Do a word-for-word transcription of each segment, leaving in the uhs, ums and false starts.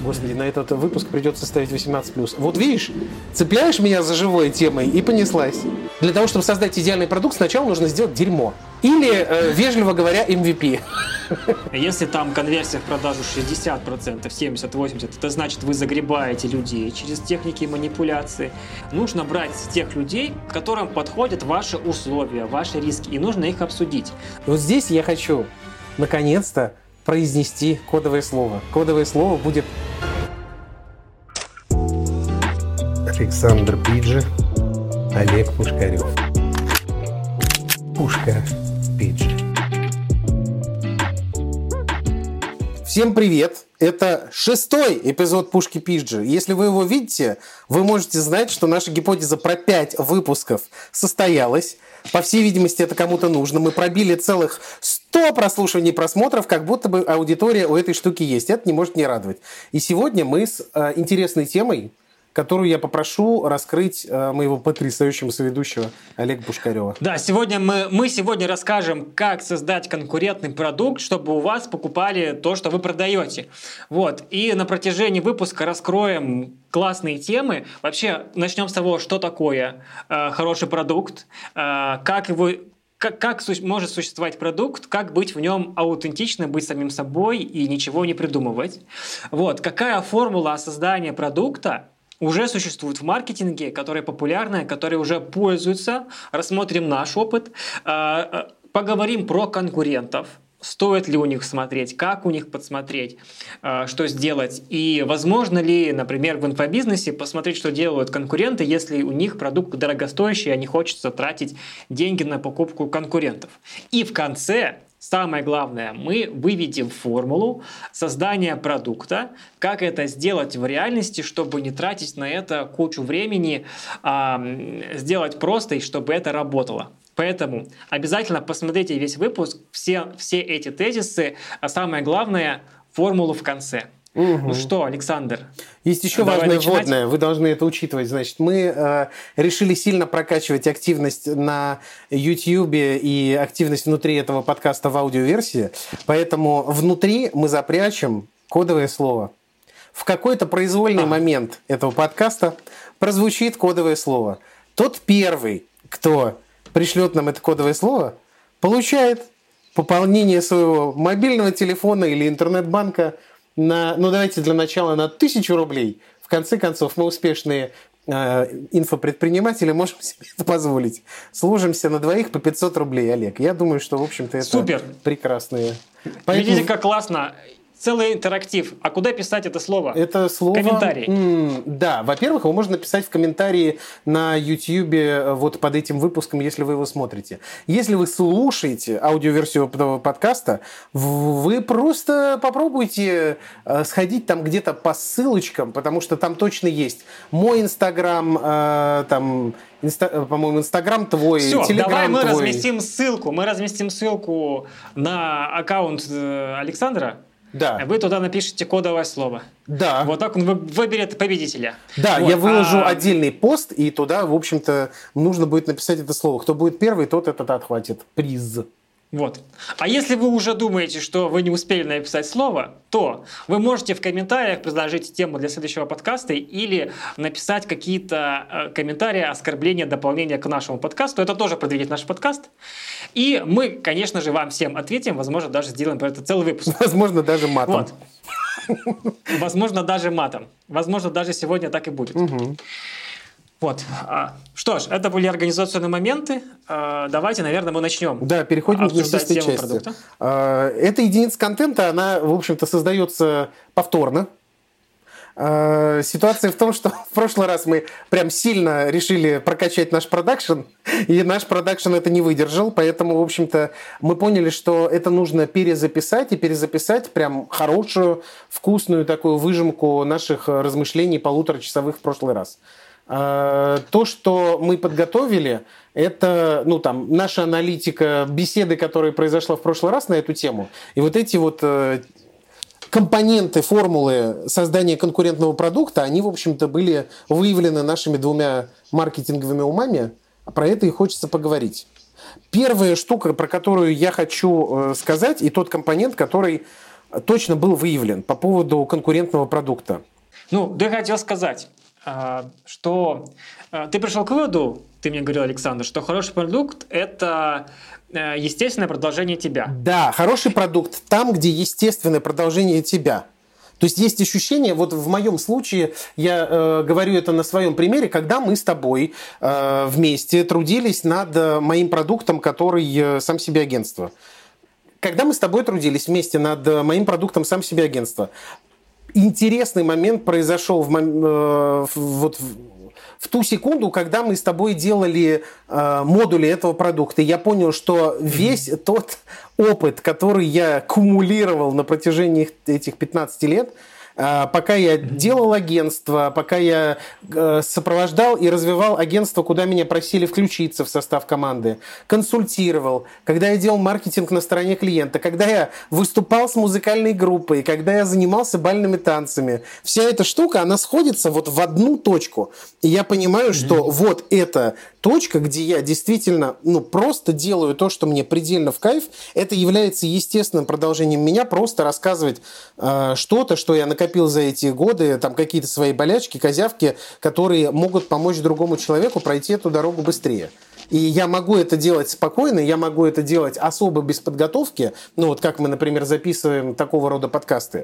Господи, на этот выпуск придется ставить восемнадцать плюс. Вот видишь, цепляешь меня за живой темой и понеслась. Для того, чтобы создать идеальный продукт, сначала нужно сделать дерьмо. Или, э, вежливо говоря, эм ви пи. Если там конверсия в продажу шестьдесят процентов, семьдесят-восемьдесят процентов, это значит, вы загребаете людей через техники манипуляции. Нужно брать тех людей, которым подходят ваши условия, ваши риски, и нужно их обсудить. И вот здесь я хочу, наконец-то, произнести кодовое слово. Кодовое слово будет... Александр Пиджи, Олег Пушкарев. Пушка Пиджи. Всем привет! Это шестой эпизод Пушки Пиджи. Если вы его видите, вы можете знать, что наша гипотеза про пять выпусков состоялась. По всей видимости, это кому-то нужно. Мы пробили целых сто прослушиваний, просмотров, как будто бы аудитория у этой штуки есть. Это не может не радовать. И сегодня мы с э, интересной темой, которую я попрошу раскрыть э, моего потрясающего соведущего Олега Пушкарева. Да, сегодня мы, мы сегодня расскажем, как создать конкурентный продукт, чтобы у вас покупали то, что вы продаете. Вот. И на протяжении выпуска раскроем классные темы. Вообще, начнем с того, что такое э, хороший продукт, э, как его... Как, как су- может существовать продукт, как быть в нем аутентичным, быть самим собой и ничего не придумывать. Вот. Какая формула создания продукта уже существует в маркетинге, которая популярная, которая уже пользуется. Рассмотрим наш опыт, поговорим про конкурентов. Стоит ли у них смотреть, как у них подсмотреть, что сделать. И возможно ли, например, в инфобизнесе посмотреть, что делают конкуренты, если у них продукт дорогостоящий, а не хочется тратить деньги на покупку конкурентов. И в конце... Самое главное, мы выведем формулу создания продукта, как это сделать в реальности, чтобы не тратить на это кучу времени, а сделать просто и чтобы это работало. Поэтому обязательно посмотрите весь выпуск, все, все эти тезисы, а самое главное, формулу в конце. Угу. Ну что, Александр? Есть еще давай важное начинать. вводное, вы должны это учитывать. Значит, мы э, решили сильно прокачивать активность на YouTube и активность внутри этого подкаста в аудиоверсии, поэтому внутри мы запрячем кодовое слово. В какой-то произвольный а. момент этого подкаста прозвучит кодовое слово. Тот первый, кто пришлет нам это кодовое слово, получает пополнение своего мобильного телефона или интернет-банка на, ну давайте для начала на тысячу рублей. В конце концов, мы успешные э, инфопредприниматели, можем себе это позволить. Сложимся на двоих по пятьсот рублей, Олег. Я думаю, что, в общем-то, это Супер. Прекрасные. Поэтому... Видите, как классно. Целый интерактив. А куда писать это слово? Это слово... Комментарий. М- да, во-первых, его можно написать в комментарии на YouTube вот под этим выпуском, если вы его смотрите. Если вы слушаете аудиоверсию этого подкаста, вы просто попробуйте сходить там где-то по ссылочкам, потому что там точно есть мой Инстаграм, э, там... Инста, по-моему, Инстаграм твой, Все, Телеграм давай мы твой. разместим ссылку. Мы разместим ссылку на аккаунт Александра. Да. Вы туда напишите кодовое слово. Да. Вот так он выберет победителя. Да, вот. я выложу а... отдельный пост, и туда, в общем-то, нужно будет написать это слово. Кто будет первый, тот этот отхватит приз. Вот. А если вы уже думаете, что вы не успели написать слово, то вы можете в комментариях предложить тему для следующего подкаста или написать какие-то комментарии, оскорбления, дополнения к нашему подкасту. Это тоже продвинет наш подкаст. И мы, конечно же, вам всем ответим. Возможно, даже сделаем про это целый выпуск. Возможно, даже матом. Вот. Возможно, даже матом. Возможно, даже сегодня так и будет. Угу. Вот. Что ж, это были организационные моменты. Давайте, наверное, мы начнем. Да, переходим к несущей части. Продукта. Эта единица контента, она, в общем-то, создается повторно. Ситуация в том, что в прошлый раз мы прям сильно решили прокачать наш продакшн, и наш продакшн это не выдержал, поэтому, в общем-то, мы поняли, что это нужно перезаписать, и перезаписать прям хорошую, вкусную такую выжимку наших размышлений полуторачасовых в прошлый раз. То, что мы подготовили, это ну, там, наша аналитика беседы, которая произошла в прошлый раз на эту тему. И вот эти вот компоненты формулы создания конкурентного продукта, они, в общем-то, были выявлены нашими двумя маркетинговыми умами. Про это и хочется поговорить. Первая штука, про которую я хочу сказать, и тот компонент, который точно был выявлен по поводу конкурентного продукта. Ну, ты хотел сказать, что ты пришел к выводу, ты мне говорил, Александр, что хороший продукт – это естественное продолжение тебя. Да, хороший продукт там, где естественное продолжение тебя. То есть есть ощущение, вот в моем случае, я э, говорю это на своем примере, когда мы с тобой э, вместе трудились над э, моим продуктом, который э, сам себе агентство. Когда мы с тобой трудились вместе над э, моим продуктом сам себе агентство, интересный момент произошел в, э, вот, в, в ту секунду, когда мы с тобой делали э, модули этого продукта. Я понял, что весь mm-hmm. тот опыт, который я кумулировал на протяжении этих пятнадцати лет, пока я делал агентство, пока я сопровождал и развивал агентство, куда меня просили включиться в состав команды, консультировал, когда я делал маркетинг на стороне клиента, когда я выступал с музыкальной группой, когда я занимался бальными танцами. Вся эта штука, она сходится вот в одну точку. И я понимаю, что mm-hmm. вот эта точка, где я действительно ну, просто делаю то, что мне предельно в кайф, это является естественным продолжением меня, просто рассказывать э, что-то, что я накопил за эти годы, там какие-то свои болячки, козявки, которые могут помочь другому человеку пройти эту дорогу быстрее. И я могу это делать спокойно, я могу это делать особо без подготовки, ну вот как мы, например, записываем такого рода подкасты.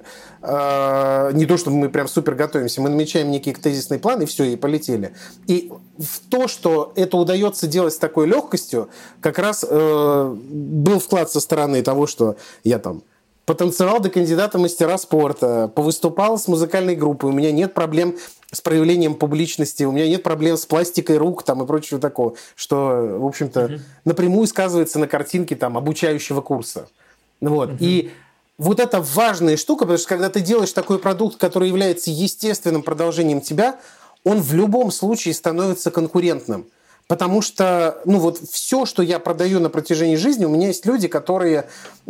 Э, не то, чтобы мы прям супер готовимся, мы намечаем некий тезисный план, и все, и полетели. И в то, что это удается делать с такой легкостью, как раз э, был вклад со стороны того, что я там потанцевал до кандидата мастера спорта, повыступал с музыкальной группой, у меня нет проблем с проявлением публичности, у меня нет проблем с пластикой рук там, и прочего такого, что, в общем-то, uh-huh. напрямую сказывается на картинке там, обучающего курса. Вот. Uh-huh. И вот это важная штука, потому что когда ты делаешь такой продукт, который является естественным продолжением тебя, он в любом случае становится конкурентным. Потому что, ну вот все, что я продаю на протяжении жизни, у меня есть люди, которые,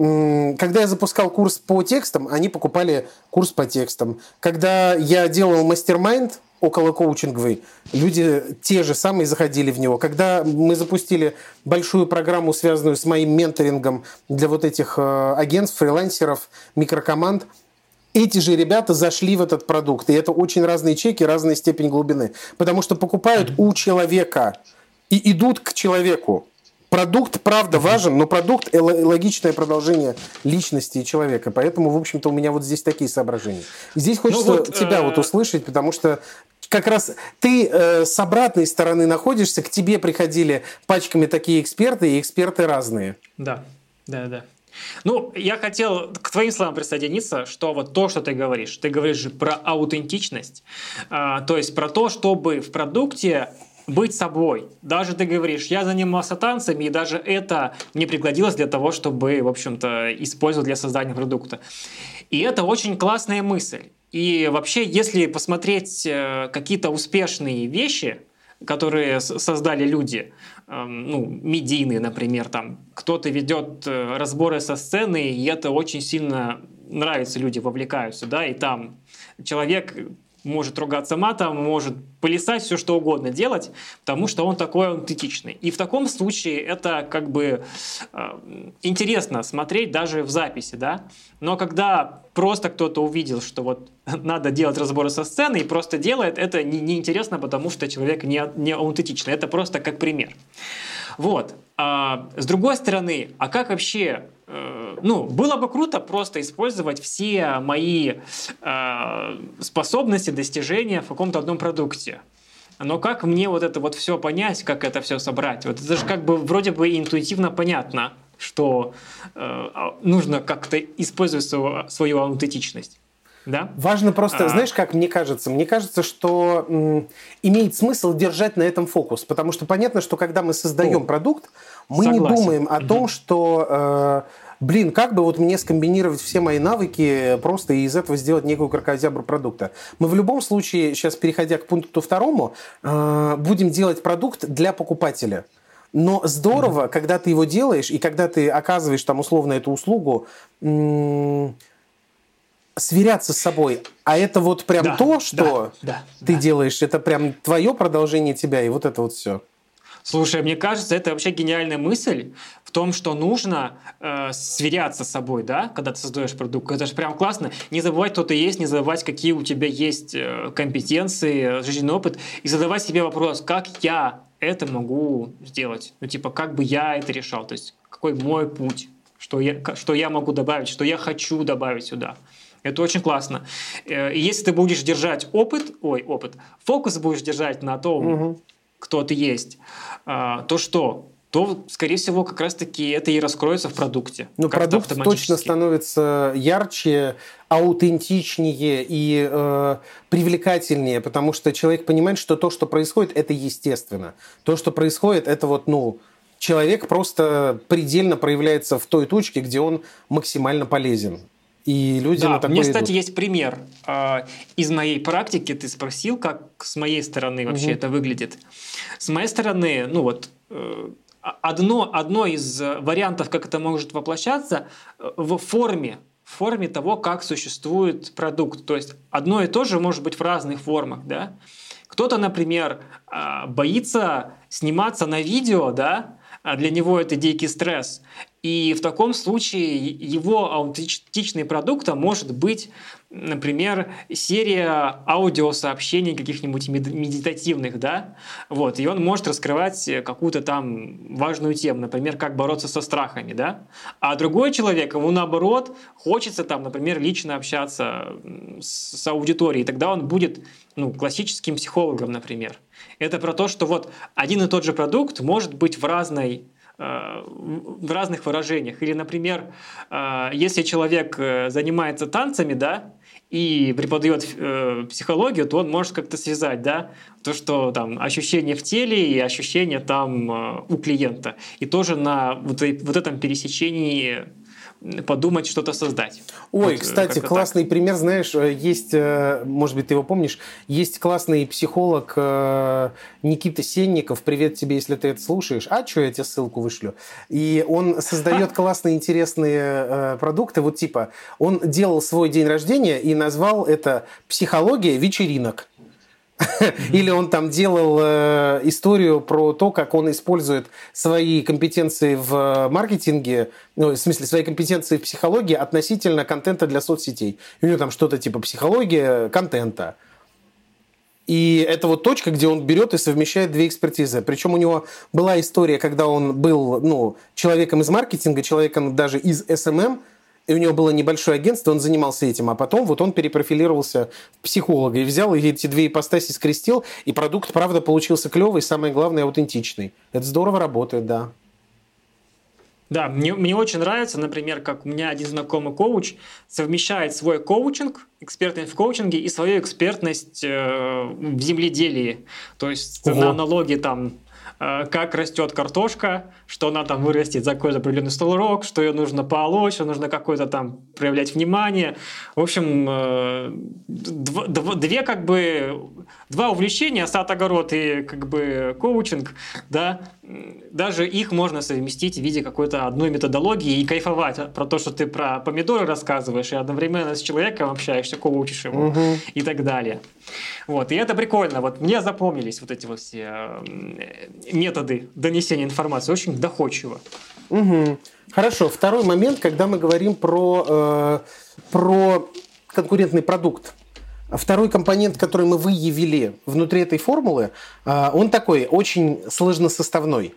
когда я запускал курс по текстам, они покупали курс по текстам. Когда я делал мастер-майнд около коучинговый, люди те же самые заходили в него. Когда мы запустили большую программу, связанную с моим менторингом для вот этих агентств, фрилансеров, микрокоманд, эти же ребята зашли в этот продукт. И это очень разные чеки, разная степень глубины. Потому что покупают у человека и идут к человеку. Продукт, правда, важен, но продукт – это логичное продолжение личности человека. Поэтому, в общем-то, у меня вот здесь такие соображения. Здесь хочется ну вот, тебя э... вот услышать, потому что как раз ты э, с обратной стороны находишься, к тебе приходили пачками такие эксперты, и эксперты разные. Да, да, да. Ну, я хотел к твоим словам присоединиться, что вот то, что ты говоришь, ты говоришь же про аутентичность, э, то есть про то, чтобы в продукте быть собой. Даже ты говоришь, я занимался танцами, и даже это мне пригодилось для того, чтобы, в общем-то, использовать для создания продукта. И это очень классная мысль. И вообще, если посмотреть какие-то успешные вещи, которые создали люди, ну, медийные, например, там кто-то ведет разборы со сцены, и это очень сильно нравится, люди вовлекаются, да, и там человек может ругаться матом, может плясать, все что угодно делать, потому что он такой аутентичный. И в таком случае это как бы э, интересно смотреть даже в записи, да. Но когда просто кто-то увидел, что вот надо делать разборы со сцены и просто делает, это неинтересно, не потому что человек не, не аутентичный. Это просто как пример. Вот. А, с другой стороны, а как вообще... Ну, было бы круто просто использовать все мои э, способности, достижения в каком-то одном продукте. Но как мне вот это вот все понять, как это все собрать? Вот это же как бы вроде бы интуитивно понятно, что э, нужно как-то использовать свою, свою аутентичность. Да? Важно просто, а... знаешь, как мне кажется? Мне кажется, что м, имеет смысл держать на этом фокус. Потому что понятно, что когда мы создаем О, продукт, мы согласен. не думаем о угу. том, что... Э, Блин, как бы вот мне скомбинировать все мои навыки просто и из этого сделать некую кракозябру продукта. Мы в любом случае, сейчас переходя к пункту второму, будем делать продукт для покупателя. Но здорово, mm-hmm. когда ты его делаешь, и когда ты оказываешь там условно эту услугу, м- сверяться с собой. А это вот прям да, то, что да, да, ты да. делаешь, это прям твое продолжение тебя, и вот это вот все. Слушай, мне кажется, это вообще гениальная мысль в том, что нужно э, сверяться с собой, да, когда ты создаешь продукт. Это же прям классно. Не забывать, кто ты есть, не забывать, какие у тебя есть э, компетенции, жизненный опыт, и задавать себе вопрос, как я это могу сделать. Ну, типа, как бы я это решал, то есть какой мой путь, что я, что я могу добавить, что я хочу добавить сюда. Это очень классно. И если ты будешь держать опыт, ой, опыт, фокус будешь держать на том, угу. кто ты есть, то что? То, скорее всего, как раз-таки это и раскроется в продукте. Ну, продукт точно становится ярче, аутентичнее и э, привлекательнее, потому что человек понимает, что то, что происходит, это естественно. То, что происходит, это вот, ну, человек просто предельно проявляется в той точке, где он максимально полезен. И люди да, на такое у меня, кстати, идут. есть пример. Из моей практики ты спросил, как с моей стороны вообще угу. это выглядит. С моей стороны, ну вот, одно, одно из вариантов, как это может воплощаться, в форме, в форме того, как существует продукт. То есть одно и то же может быть в разных формах, да. Кто-то, например, боится сниматься на видео, да, для него это дикий стресс. И в таком случае его аутентичный продукт может быть, например, серия аудиосообщений каких-нибудь медитативных, да, вот, и он может раскрывать какую-то там важную тему, например, как бороться со страхами, да, а другой человек, ему наоборот, хочется там, например, лично общаться с, с аудиторией, тогда он будет, ну, классическим психологом, например. Это про то, что вот один и тот же продукт может быть в разной в разных выражениях. Или, например, если человек занимается танцами, да, и преподает психологию, то он может как-то связать, да, то, что там ощущения в теле и ощущения там у клиента. И тоже на вот, вот этом пересечении подумать, что-то создать. Ой, вот, кстати, классный так. пример, знаешь, есть, может быть, ты его помнишь, есть классный психолог Никита Сенников, привет тебе, если ты это слушаешь, а что, я тебе ссылку вышлю, и он создает классные, интересные продукты, вот типа, он делал свой день рождения и назвал это «Психология вечеринок». Или он там делал э, историю про то, как он использует свои компетенции в маркетинге, ну, в смысле, свои компетенции в психологии относительно контента для соцсетей. И у него там что-то типа психология контента. И это вот точка, где он берет и совмещает две экспертизы. Причем у него была история, когда он был, ну, человеком из маркетинга, человеком даже из эс эм эм, и у него было небольшое агентство, он занимался этим, а потом вот он перепрофилировался в психолога и взял и эти две ипостаси скрестил, и продукт, правда, получился клевый, самое главное, аутентичный. Это здорово работает, да. Да, мне, мне очень нравится, например, как у меня один знакомый коуч совмещает свой коучинг, экспертность в коучинге и свою экспертность э, в земледелии. То есть Ого. на налоге там как растет картошка, что она там вырастет за какой-то определенный срок, что ее нужно полоть, что нужно какое-то там проявлять внимание. В общем, дв- дв- две как бы два увлечения, сад-огород и как бы коучинг, да, даже их можно совместить в виде какой-то одной методологии и кайфовать про то, что ты про помидоры рассказываешь, и одновременно с человеком общаешься, коучишь его угу. и так далее. Вот, и это прикольно. Вот мне запомнились вот эти вот все методы донесения информации. Очень доходчиво. Угу. Хорошо. Второй момент, когда мы говорим про, э, про конкурентный продукт. Второй компонент, который мы выявили внутри этой формулы, э, он такой очень сложносоставной.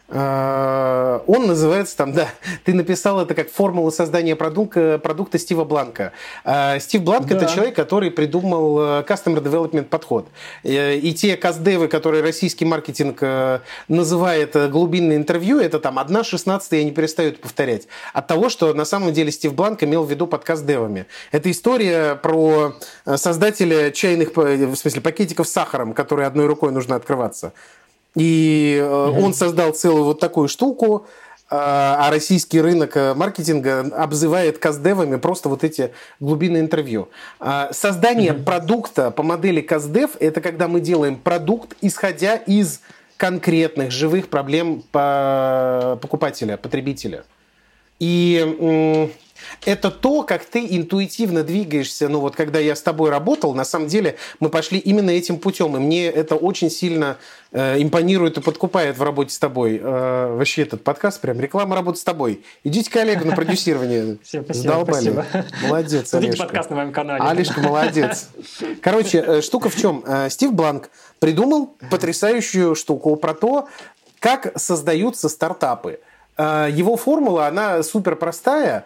Он называется там, да, ты написал это как формула создания продукта, продукта Стива Бланка. Стив Бланк да. это человек, который придумал Customer Development подход. И те каздевы, которые российский маркетинг называет глубинное интервью, это там одна шестнадцатая, я не перестаю это повторять, от того, что на самом деле Стив Бланк имел в виду под каздевами. Это история про создателя чайных, в смысле, пакетиков с сахаром, которые одной рукой нужно открываться. И mm-hmm. он создал целую вот такую штуку, а российский рынок маркетинга обзывает каздевами просто вот эти глубинные интервью. Создание mm-hmm. продукта по модели каздев – это когда мы делаем продукт, исходя из конкретных живых проблем покупателя, потребителя. И Это то, как ты интуитивно двигаешься. Ну вот, когда я с тобой работал, на самом деле мы пошли именно этим путем. И мне это очень сильно э, импонирует и подкупает в работе с тобой. Э, вообще этот подкаст прям реклама работы с тобой. Идите к Олегу на продюсирование. Спасибо. Молодец, смотрите подкаст на моем канале. Алишка, молодец. Короче, штука в чем? Стив Бланк придумал потрясающую штуку про то, как создаются стартапы. Его формула, она супер простая.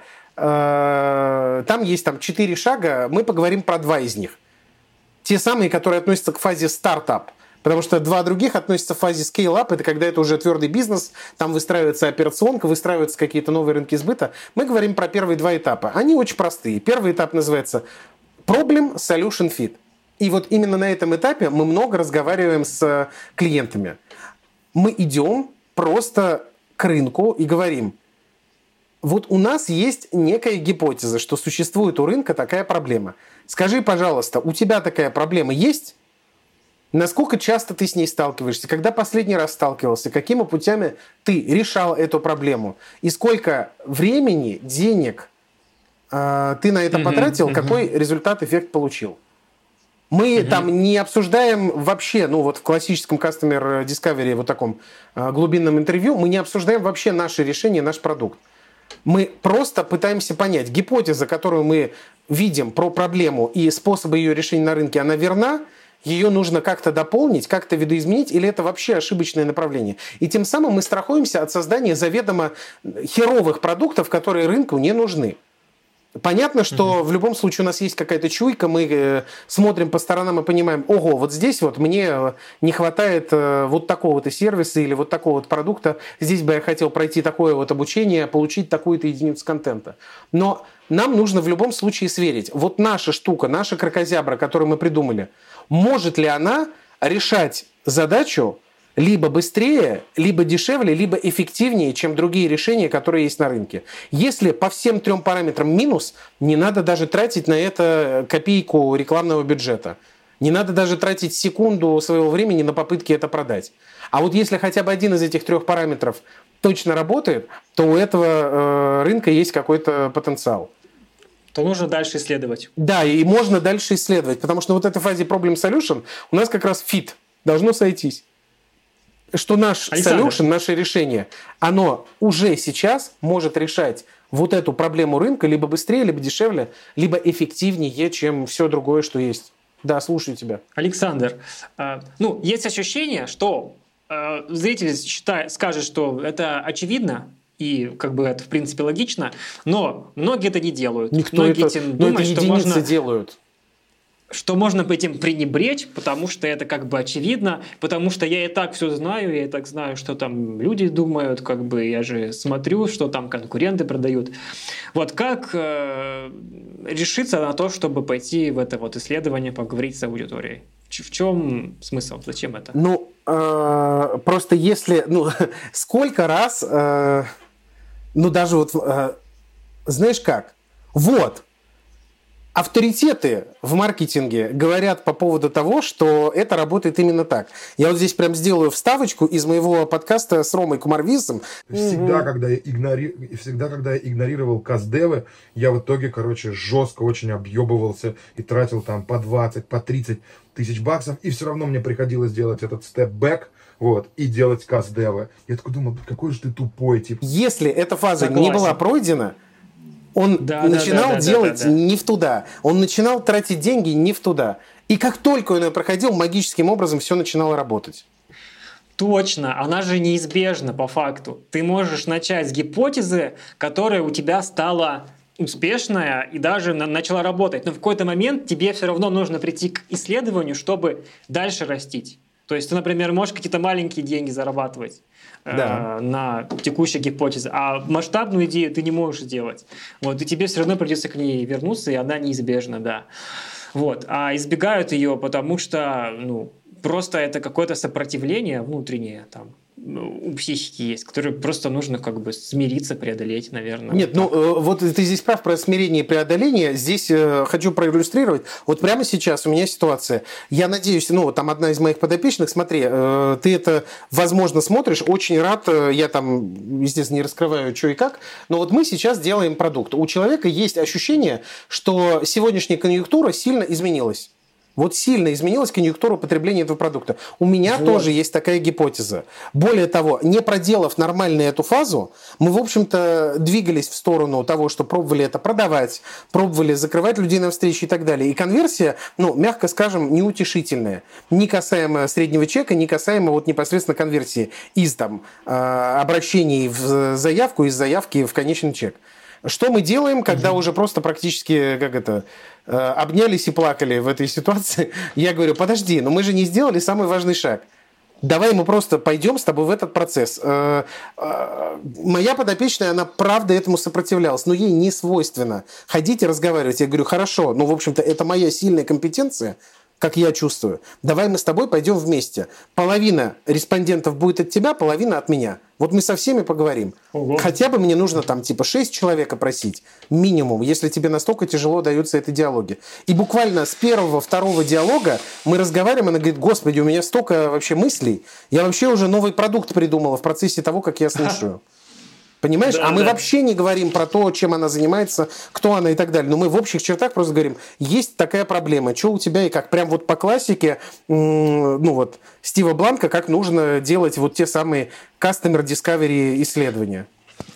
Там есть там четыре шага. Мы поговорим про два из них. Те самые, которые относятся к фазе стартап. Потому что два других относятся к фазе scale-up. Это когда это уже твердый бизнес. Там выстраивается операционка, выстраиваются какие-то новые рынки сбыта. Мы говорим про первые два этапа. Они очень простые. Первый этап называется Problem Solution Fit. И вот именно на этом этапе мы много разговариваем с клиентами. Мы идем просто к рынку и говорим, вот у нас есть некая гипотеза, что существует у рынка такая проблема. Скажи, пожалуйста, у тебя такая проблема есть? Насколько часто ты с ней сталкиваешься? Когда последний раз сталкивался? Какими путями ты решал эту проблему? И сколько времени, денег э, ты на это потратил? Mm-hmm, какой mm-hmm. результат, эффект получил? Мы mm-hmm. там не обсуждаем вообще, ну вот в классическом Customer Discovery, вот таком э, глубинном интервью, мы не обсуждаем вообще наши решения, наш продукт. Мы просто пытаемся понять, гипотеза, которую мы видим про проблему и способы ее решения на рынке, она верна? Ее нужно как-то дополнить, как-то видоизменить, или это вообще ошибочное направление? И тем самым мы страхуемся от создания заведомо херовых продуктов, которые рынку не нужны. Понятно, что mm-hmm. в любом случае у нас есть какая-то чуйка, мы э, смотрим по сторонам и понимаем, ого, вот здесь вот мне не хватает э, вот такого-то сервиса или вот такого вот продукта, здесь бы я хотел пройти такое вот обучение, получить такую-то единицу контента. Но нам нужно в любом случае сверить, вот наша штука, наша кракозябра, которую мы придумали, может ли она решать задачу либо быстрее, либо дешевле, либо эффективнее, чем другие решения, которые есть на рынке. Если по всем трем параметрам минус, не надо даже тратить на это копейку рекламного бюджета. Не надо даже тратить секунду своего времени на попытки это продать. А вот если хотя бы один из этих трех параметров точно работает, то у этого э, рынка есть какой-то потенциал. То нужно дальше исследовать. Да, и можно дальше исследовать, потому что вот в этой фазе Problem Solution у нас как раз fit должно сойтись. Что наш Александр. solution, наше решение, оно уже сейчас может решать вот эту проблему рынка либо быстрее, либо дешевле, либо эффективнее, чем все другое, что есть. Да, слушаю тебя. Александр, э, ну, есть ощущение, что э, зритель считает, скажет, что это очевидно, и как бы это в принципе логично, но многие это не делают. Никто многие это, этим но думают, это что единицы можно... делают. что можно этим пренебречь, потому что это как бы очевидно, потому что я и так все знаю, я и так знаю, что там люди думают, как бы я же смотрю, что там конкуренты продают. Вот как э, решиться на то, чтобы пойти в это вот исследование, поговорить с аудиторией? В чем смысл? Зачем это? Ну, э, просто если... Ну, сколько раз... Э, ну, даже вот... Э, знаешь как? Вот. Авторитеты в маркетинге говорят по поводу того, что это работает именно так. Я вот здесь прям сделаю вставочку из моего подкаста с Ромой Кумарвизом. Всегда, когда я игнори... Всегда, когда я игнорировал каздевы, я в итоге, короче, жестко очень объебывался и тратил там по двадцать, по тридцать тысяч баксов, и все равно мне приходилось делать этот степ-бэк, вот, и делать каздевы. Я такой думал, какой же ты тупой, типа. Если эта фаза Согласен. не была пройдена, он да, начинал да, да, делать да, да, да. не в туда. Он начинал тратить деньги не в туда. И как только он ее проходил, магическим образом все начинало работать. Точно, она же неизбежна по факту. Ты можешь начать с гипотезы, которая у тебя стала успешная и даже на- начала работать. Но в какой-то момент тебе все равно нужно прийти к исследованию, чтобы дальше растить. То есть ты, например, можешь какие-то маленькие деньги зарабатывать Да. э, на текущей гипотезе, а масштабную идею ты не можешь сделать. Вот, и тебе все равно придется к ней вернуться, и она неизбежна, да. Вот. А избегают ее, потому что ну, просто это какое-то сопротивление внутреннее, там, у психики есть, которые просто нужно как бы смириться, преодолеть, наверное. Нет, вот ну э, вот ты здесь прав про смирение и преодоление. Здесь э, хочу проиллюстрировать. Вот прямо сейчас у меня ситуация. Я надеюсь, ну, там одна из моих подопечных, смотри, э, ты это, возможно, смотришь, очень рад, э, я там, естественно, не раскрываю, что и как, но вот мы сейчас делаем продукт. У человека есть ощущение, что сегодняшняя конъюнктура сильно изменилась. Вот сильно изменилась конъюнктура потребления этого продукта. У меня вот. тоже есть такая гипотеза. Более того, не проделав нормально эту фазу, мы, в общем-то, двигались в сторону того, что пробовали это продавать, пробовали закрывать людей на встречи и так далее. И конверсия, ну, мягко скажем, неутешительная. Ни касаемо среднего чека, ни касаемо вот непосредственно конверсии из там, обращений в заявку, из заявки в конечный чек. Что мы делаем, когда уже просто практически, как это, обнялись и плакали в этой ситуации? Я говорю, подожди, но мы же не сделали самый важный шаг. Давай мы просто пойдем с тобой в этот процесс. Моя подопечная, она правда этому сопротивлялась, но ей не свойственно ходить и разговаривать. Я говорю, хорошо, ну, в общем-то, это моя сильная компетенция, как я чувствую. Давай мы с тобой пойдем вместе. Половина респондентов будет от тебя, половина от меня. Вот мы со всеми поговорим. Ого. Хотя бы мне нужно там типа шесть человек опросить. Минимум, если тебе настолько тяжело даются эти диалоги. И буквально с первого, второго диалога мы разговариваем, она говорит, господи, у меня столько вообще мыслей. Я вообще уже новый продукт придумала в процессе того, как я слушаю. Понимаешь? Да, а мы да. вообще не говорим про то, чем она занимается, кто она и так далее. Но мы в общих чертах просто говорим, есть такая проблема, что у тебя и как. Прям вот по классике, ну вот, Стива Бланка, как нужно делать вот те самые Customer Discovery исследования.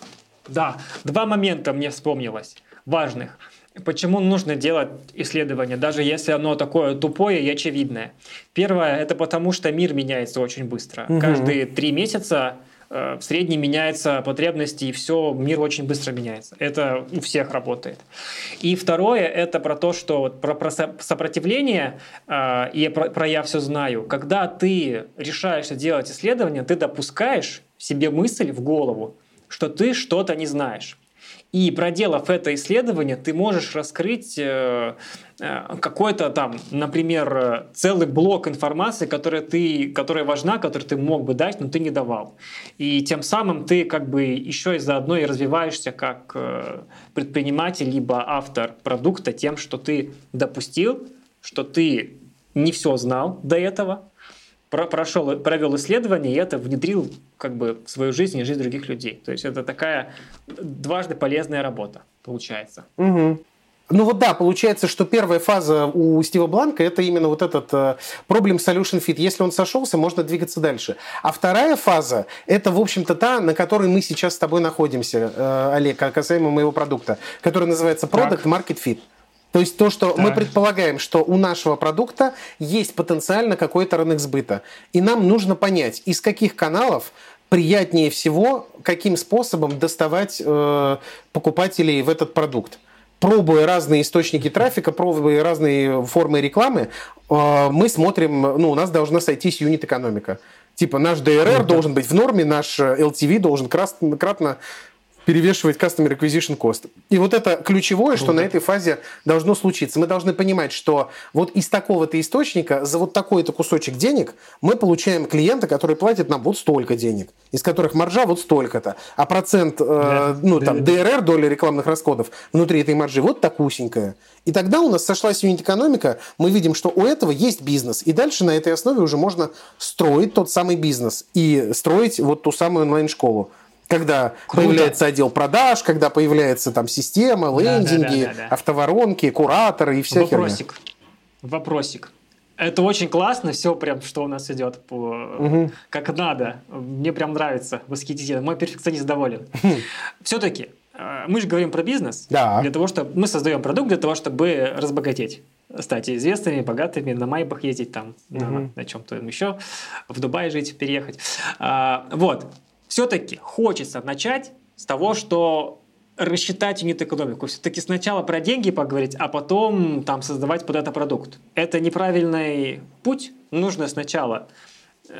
Да, два момента мне вспомнилось важных. Почему нужно делать исследование, даже если оно такое тупое и очевидное? Первое, это потому, что мир меняется очень быстро. Угу. Каждые три месяца в среднем меняются потребности, и все, мир очень быстро меняется. Это у всех работает. И второе, это про то, что вот про, про сопротивление, э, и про, про «я все знаю». Когда ты решаешься делать исследование, ты допускаешь себе мысль в голову, что ты что-то не знаешь. И проделав это исследование, ты можешь раскрыть э, э, какой-то там, например, целый блок информации, которая, ты, которая важна, которую ты мог бы дать, но ты не давал. И тем самым ты как бы еще и заодно и развиваешься как э, предприниматель либо автор продукта тем, что ты допустил, что ты не все знал до этого, прошел, провел исследование и это внедрил как бы в свою жизнь и жизнь других людей. То есть это такая дважды полезная работа получается. Угу. Ну вот да, получается, что первая фаза у Стива Бланка это именно вот этот uh, Problem Solution Fit. Если он сошелся, можно двигаться дальше. А вторая фаза это, в общем-то, та, на которой мы сейчас с тобой находимся, uh, Олег, касаемо моего продукта, который называется Product Market Fit. То есть то, что так. мы предполагаем, что у нашего продукта есть потенциально какой-то рынок сбыта. И нам нужно понять, из каких каналов приятнее всего, каким способом доставать э, покупателей в этот продукт. Пробуя разные источники трафика, пробуя разные формы рекламы, э, мы смотрим, ну, у нас должна сойтись юнит-экономика. Типа наш ди эр эр mm-hmm. должен быть в норме, наш эл ти ви должен кратно перевешивать Customer Acquisition Cost. И вот это ключевое, что на этой фазе должно случиться. Мы должны понимать, что вот из такого-то источника за вот такой-то кусочек денег мы получаем клиента, который платит нам вот столько денег, из которых маржа вот столько-то, а процент, э, ну там, ди эр эр, доля рекламных расходов внутри этой маржи вот такусенькая. И тогда у нас сошлась юнит-экономика, мы видим, что у этого есть бизнес, и дальше на этой основе уже можно строить тот самый бизнес и строить вот ту самую онлайн-школу. Когда Круто. Появляется отдел продаж, когда появляется там система, лендинги, да, да, да, да. автоворонки, кураторы и вся Вопросик. Херня. Вопросик. Это очень классно, все прям, что у нас идет по... угу. как надо. Мне прям нравится, восхитительно. Мой перфекционист доволен. Все-таки мы же говорим про бизнес. Да. Для того, чтобы мы создаем продукт для того, чтобы разбогатеть. Стать известными, богатыми, на майбах ездить там, угу. на, на чем-то еще, в Дубае жить, переехать. А, вот. Все-таки хочется начать с того, что рассчитать юнит-экономику. Все-таки сначала про деньги поговорить, а потом там, создавать под это продукт. Это неправильный путь. Нужно сначала э,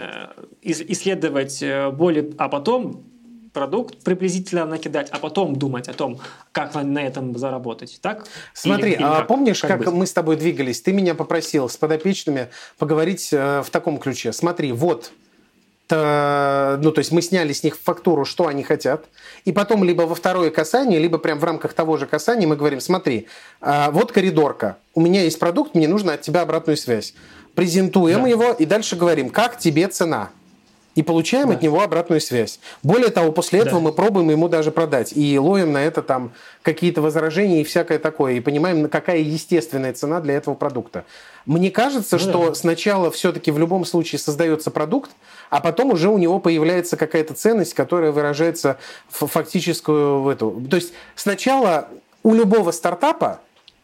исследовать более, а потом продукт приблизительно накидать, а потом думать о том, как на этом заработать. Так? Смотри, или, или а как? Помнишь, как, как мы с тобой двигались? Ты меня попросил с подопечными поговорить э, в таком ключе. Смотри, вот то, ну, то есть мы сняли с них фактуру, что они хотят, и потом либо во второе касание, либо прям в рамках того же касания мы говорим, смотри, вот коридорка, у меня есть продукт, мне нужно от тебя обратную связь. Презентуем да. его и дальше говорим, как тебе цена. И получаем да. от него обратную связь. Более того, после этого да. мы пробуем ему даже продать. И ловим на это там какие-то возражения и всякое такое. И понимаем, какая естественная цена для этого продукта. Мне кажется, ну, что да. сначала все-таки в любом случае создается продукт, а потом уже у него появляется какая-то ценность, которая выражается в фактическую в эту. То есть сначала у любого стартапа,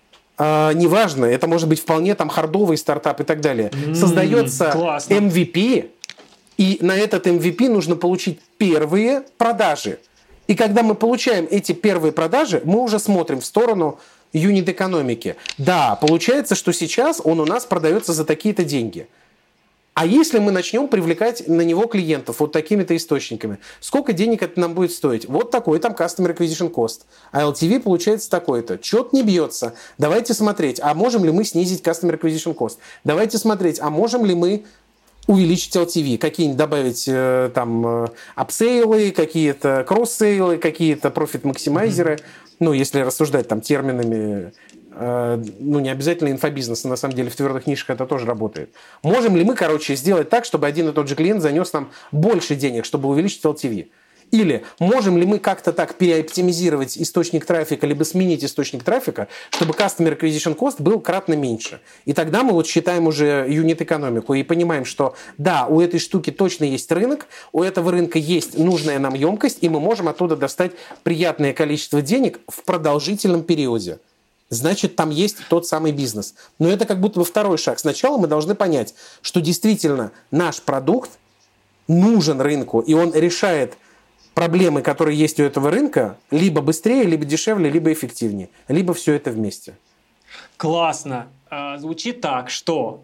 э, неважно, это может быть вполне там хардовый стартап и так далее, mm, создается классно. эм ви пи, и на этот эм ви пи нужно получить первые продажи. И когда мы получаем эти первые продажи, мы уже смотрим в сторону юнит-экономики. Да, получается, что сейчас он у нас продается за такие-то деньги. А если мы начнем привлекать на него клиентов вот такими-то источниками, сколько денег это нам будет стоить? Вот такой там Customer Acquisition Cost. А эл ти ви получается такой-то. Чё-то не бьется. Давайте смотреть, а можем ли мы снизить Customer Acquisition Cost? Давайте смотреть, а можем ли мы увеличить эл ти ви, какие-нибудь добавить э, там э, апсейлы, какие-то кросс-сейлы, какие-то профит-максимайзеры. Mm-hmm. Ну, если рассуждать там терминами, э, ну, не обязательно инфобизнеса, на самом деле в твердых нишах это тоже работает. Можем ли мы, короче, сделать так, чтобы один и тот же клиент занес нам больше денег, чтобы увеличить эл ти ви? Или можем ли мы как-то так переоптимизировать источник трафика, либо сменить источник трафика, чтобы Customer Acquisition Cost был кратно меньше. И тогда мы вот считаем уже юнит-экономику и понимаем, что да, у этой штуки точно есть рынок, у этого рынка есть нужная нам емкость, и мы можем оттуда достать приятное количество денег в продолжительном периоде. Значит, там есть тот самый бизнес. Но это как будто бы второй шаг. Сначала мы должны понять, что действительно наш продукт нужен рынку, и он решает проблемы, которые есть у этого рынка, либо быстрее, либо дешевле, либо эффективнее, либо все это вместе. Классно. Звучит так, что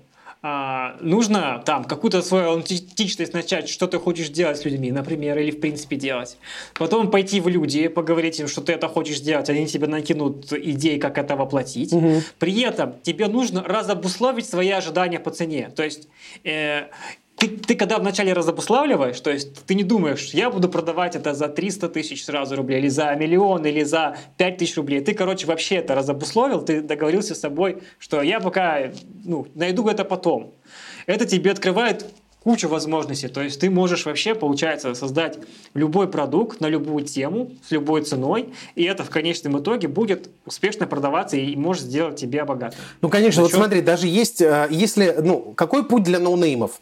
нужно там какую-то свою аутентичность начать, что ты хочешь делать с людьми, например, или в принципе делать. Потом пойти в люди, поговорить им, что ты это хочешь делать, они тебе накинут идеи, как это воплотить. Угу. При этом тебе нужно разобусловить свои ожидания по цене. То есть э, Ты, ты когда вначале разобуславливаешь, то есть ты не думаешь, я буду продавать это за триста тысяч сразу рублей, или за миллион, или за пять тысяч рублей. Ты, короче, вообще это разобусловил, ты договорился с собой, что я пока ну, найду это потом. Это тебе открывает кучу возможностей. То есть ты можешь вообще, получается, создать любой продукт на любую тему, с любой ценой, и это в конечном итоге будет успешно продаваться и может сделать тебя богатым. Ну, конечно, Насчет... вот смотри, даже есть, если, ну, какой путь для ноунеймов?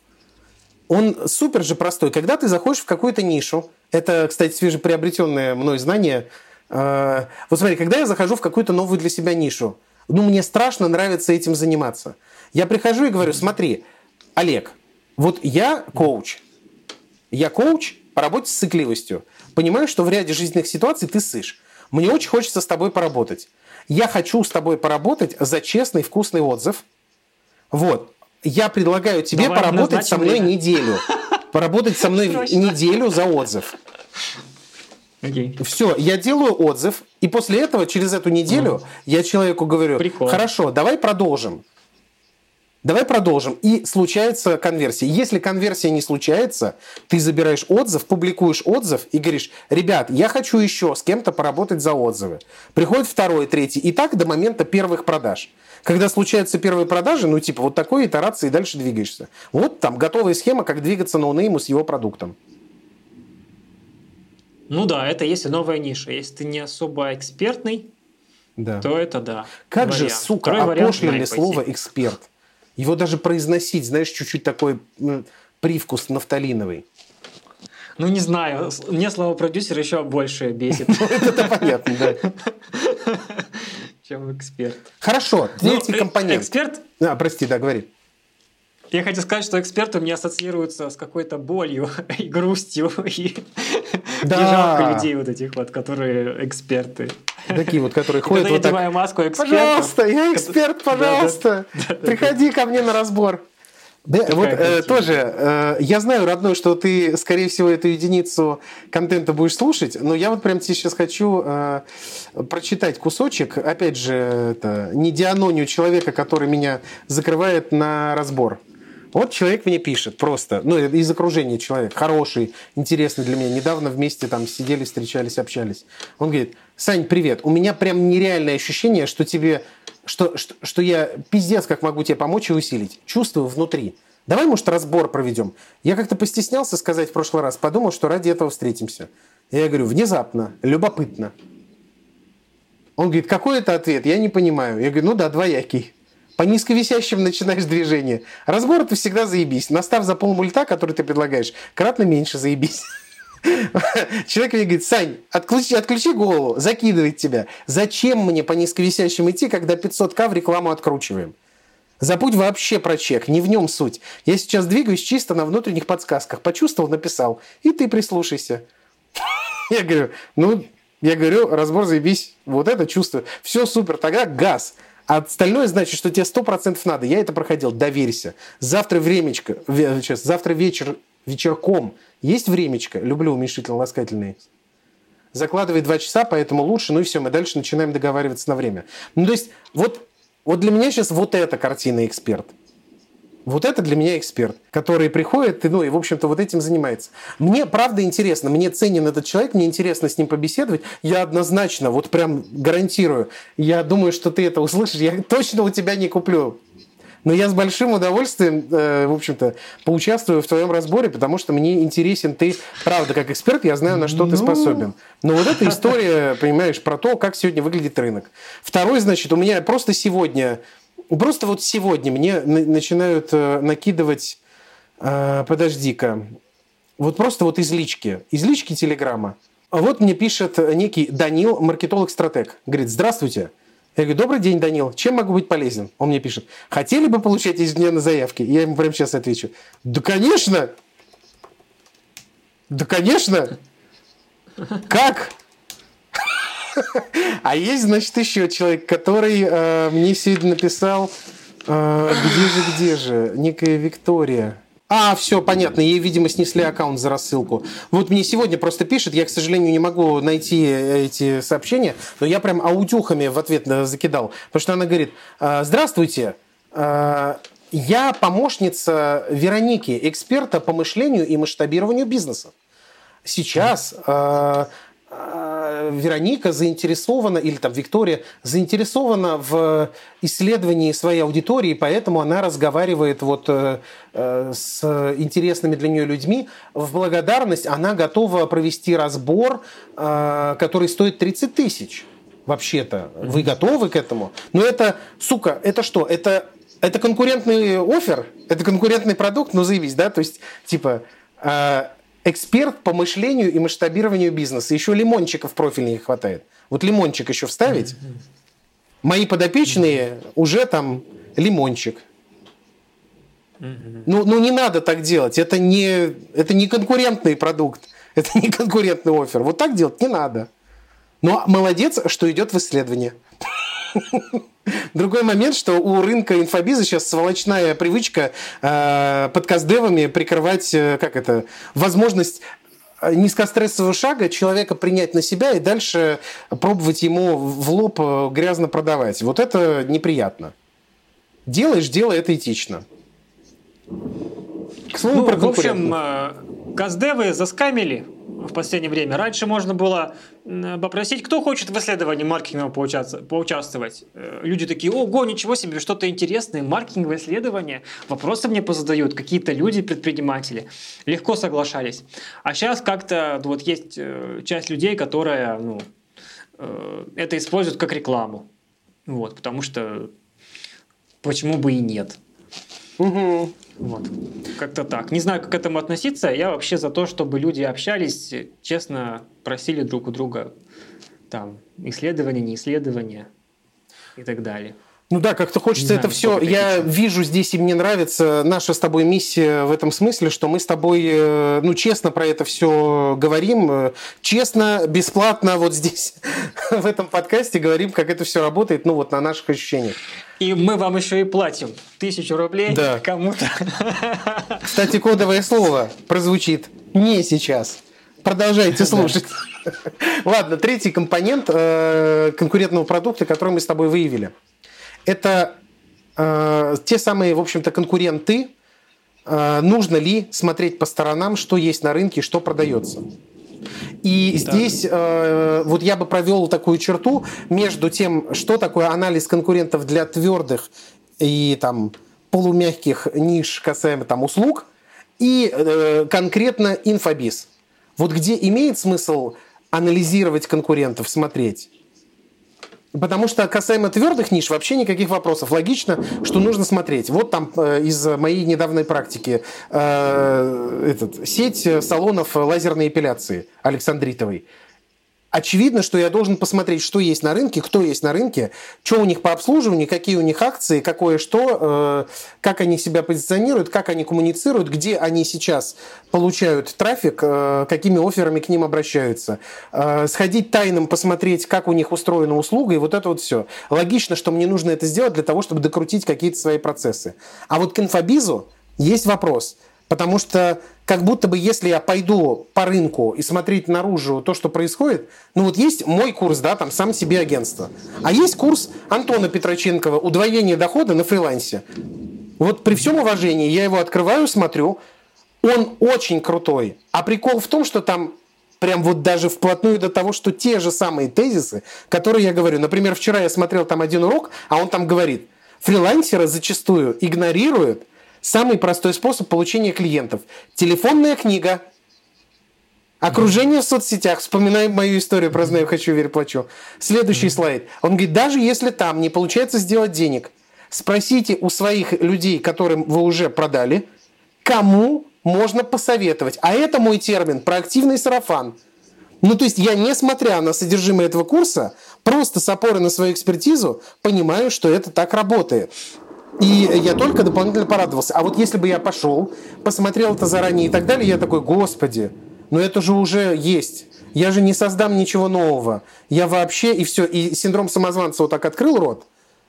Он супер же простой. Когда ты заходишь в какую-то нишу, это, кстати, свежеприобретенное мной знание. Э, вот смотри, когда я захожу в какую-то новую для себя нишу, ну, мне страшно нравится этим заниматься. Я прихожу и говорю, смотри, Олег, вот я коуч. Я коуч по работе с сыкливостью. Понимаю, что в ряде жизненных ситуаций ты ссышь. Мне очень хочется с тобой поработать. Я хочу с тобой поработать за честный, вкусный отзыв. Вот. Я предлагаю тебе Давай поработать со мной время. неделю. Поработать со мной Срочно. неделю за отзыв. Okay. Все, я делаю отзыв, и после этого, через эту неделю, uh-huh. я человеку говорю, Прикол. хорошо, давай продолжим. Давай продолжим. И случается конверсия. Если конверсия не случается, ты забираешь отзыв, публикуешь отзыв и говоришь, ребят, я хочу еще с кем-то поработать за отзывы. Приходит второй, третий. И так до момента первых продаж. Когда случаются первые продажи, ну типа вот такой итерации, и дальше двигаешься. Вот там готовая схема, как двигаться ноунейму с его продуктом. Ну да, это если новая ниша. Если ты не особо экспертный, да. то это да. Как вариант. же, сука, Второй опошлили слово «эксперт». Его даже произносить, знаешь, чуть-чуть такой ну, привкус нафталиновый. Ну, не знаю. Мне слово «продюсер» еще больше бесит. Это понятно, да. Чем эксперт. Хорошо, третий компонент. Эксперт? А, прости, да, говори. Я хотел сказать, что эксперт у меня ассоциируется с какой-то болью и грустью, и, да. и жалко людей вот этих вот, которые эксперты. Такие вот, которые ходят вот так. Маску эксперта. Пожалуйста, я эксперт, пожалуйста. Да, да. Приходи ко мне на разбор. Да, вот э, тоже, э, я знаю, родной, что ты, скорее всего, эту единицу контента будешь слушать, но я вот прям тебе сейчас хочу э, прочитать кусочек, опять же, это, не дианонию человека, который меня закрывает на разбор. Вот человек мне пишет просто, ну, из окружения человек, хороший, интересный для меня. Недавно вместе там сидели, встречались, общались. Он говорит: Сань, привет, у меня прям нереальное ощущение, что тебе, что, что, что я пиздец как могу тебе помочь и усилить. Чувствую внутри. Давай, может, разбор проведем. Я как-то постеснялся сказать в прошлый раз, подумал, что ради этого встретимся. Я говорю: внезапно, любопытно. Он говорит: какой это ответ? Я не понимаю. Я говорю: ну да, двоякий. По низковисящим начинаешь движение. Разбор ты всегда заебись. Настав за полмульта, который ты предлагаешь, кратно меньше заебись. Человек мне говорит: Сань, отключи, отключи голову, закидывает тебя. Зачем мне по низковисящим идти, когда пятьсот тысяч в рекламу откручиваем? Забудь вообще про чек, не в нем суть. Я сейчас двигаюсь чисто на внутренних подсказках. Почувствовал, написал. И ты прислушайся. Я говорю, ну, я говорю, разбор заебись. Вот это чувствую. Все супер, тогда газ. А остальное значит, что тебе сто процентов надо. Я это проходил, доверься. Завтра времечко, сейчас, завтра вечер, вечерком есть времечко. Люблю уменьшительно-ласкательные. Закладывай два часа, поэтому лучше. Ну и все, мы дальше начинаем договариваться на время. Ну то есть, вот, вот для меня сейчас вот эта картина эксперт. Вот это для меня эксперт, который приходит и, ну, и, в общем-то, вот этим занимается. Мне, правда, интересно, мне ценен этот человек, мне интересно с ним побеседовать. Я однозначно, вот прям гарантирую, я думаю, что ты это услышишь, я точно у тебя не куплю. Но я с большим удовольствием, э, в общем-то, поучаствую в твоем разборе, потому что мне интересен ты, правда, как эксперт, я знаю, на что ну... ты способен. Но вот эта история, понимаешь, про то, как сегодня выглядит рынок. Второй, значит, у меня просто сегодня... Просто вот сегодня мне начинают э, накидывать, э, подожди-ка, вот просто вот из лички, из лички Телеграма. Вот мне пишет некий Данил, маркетолог-стратег. Говорит: здравствуйте. Я говорю: добрый день, Данил, чем могу быть полезен? Он мне пишет: хотели бы получать ежедневные заявки? Я ему прямо сейчас отвечу: да, конечно! Да, конечно! Как? А есть, значит, еще человек, который э, мне сегодня написал, э, где же, где же, некая Виктория. А, все, понятно, ей, видимо, снесли аккаунт за рассылку. Вот мне сегодня просто пишет, я, к сожалению, не могу найти эти сообщения, но я прям аудюхами в ответ закидал. Потому что она говорит: здравствуйте, э, я помощница Вероники, эксперта по мышлению и масштабированию бизнеса. Сейчас... Э, Вероника заинтересована, или там Виктория заинтересована в исследовании своей аудитории, поэтому она разговаривает вот э, с интересными для нее людьми. В благодарность она готова провести разбор, э, который стоит тридцать тысяч. Вообще-то. Вы готовы к этому? Но это, сука, это что? Это, это конкурентный оффер? Это конкурентный продукт? Ну, заебись, да? То есть, типа... Э, эксперт по мышлению и масштабированию бизнеса. Еще лимончиков в профиль не хватает. Вот лимончик еще вставить. Мои подопечные уже там лимончик. Ну, ну не надо так делать. Это не, это не конкурентный продукт. Это не конкурентный оффер. Вот так делать не надо. Но молодец, что идет в исследование. Другой момент, что у рынка инфобиза сейчас сволочная привычка э, под каздевами прикрывать, э, как это, возможность низкострессового шага человека принять на себя и дальше пробовать ему в лоб грязно продавать. Вот это неприятно. Делаешь дело, это этично. К слову, ну, про в общем, э, каздевы заскамили в последнее время. Раньше можно было попросить, кто хочет в исследовании маркетингового поучаствовать. Люди такие: ого, ничего себе, что-то интересное, маркетинговое исследование. Вопросы мне позадают какие-то люди, предприниматели. Легко соглашались. А сейчас как-то вот есть часть людей, которая ну, это используют как рекламу. Вот, потому что почему бы и нет. Угу. Вот. Как-то так. Не знаю, как к этому относиться. Я вообще за то, чтобы люди общались, честно просили друг у друга там исследования, не исследования и так далее. Ну да, как-то хочется это все. Я вижу здесь, и мне нравится наша с тобой миссия в этом смысле, что мы с тобой, ну, честно про это все говорим, честно, бесплатно вот здесь, в этом подкасте говорим, как это все работает, ну, вот на наших ощущениях. И мы вам еще и платим тысячу рублей да. кому-то. Кстати, кодовое слово прозвучит не сейчас. Продолжайте слушать. Ладно, третий компонент конкурентного продукта, который мы с тобой выявили. Это э, те самые, в общем-то, конкуренты, нужно ли смотреть по сторонам, что есть на рынке, что продается. И да. здесь э, вот я бы провел такую черту между тем, что такое анализ конкурентов для твердых и там, полумягких ниш касаемо там, услуг, и э, конкретно инфобиз. Вот где имеет смысл анализировать конкурентов, смотреть. Потому что касаемо твердых ниш вообще никаких вопросов. Логично, что нужно смотреть. Вот там э, из моей недавней практики э, этот, сеть салонов лазерной эпиляции Александритовой. Очевидно, что я должен посмотреть, что есть на рынке, кто есть на рынке, что у них по обслуживанию, какие у них акции, какое что, э, как они себя позиционируют, как они коммуницируют, где они сейчас получают трафик, э, какими офферами к ним обращаются. Э, сходить тайным, посмотреть, как у них устроена услуга, и вот это вот все. Логично, что мне нужно это сделать для того, чтобы докрутить какие-то свои процессы. А вот к инфобизу есть вопрос. Потому что как будто бы, если я пойду по рынку и смотреть наружу то, что происходит, ну вот есть мой курс, да, там сам себе агентство. А есть курс Антона Петроченкова «Удвоение дохода на фрилансе». Вот при всем уважении я его открываю, смотрю, он очень крутой. А прикол в том, что там прям вот даже вплотную до того, что те же самые тезисы, которые я говорю. Например, вчера я смотрел там один урок, а он там говорит, фрилансеры зачастую игнорируют самый простой способ получения клиентов. Телефонная книга, окружение в соцсетях. Вспоминаем мою историю про «Знаю, хочу, верю, плачу». Следующий слайд. Он говорит, даже если там не получается сделать денег, спросите у своих людей, которым вы уже продали, кому можно посоветовать. А это мой термин про активный сарафан. Ну, то есть я, несмотря на содержимое этого курса, просто с опорой на свою экспертизу понимаю, что это так работает. И я только дополнительно порадовался. А вот если бы я пошел, посмотрел это заранее и так далее, я такой, господи, ну это же уже есть. Я же не создам ничего нового. Я вообще, и все. И синдром самозванца вот так открыл рот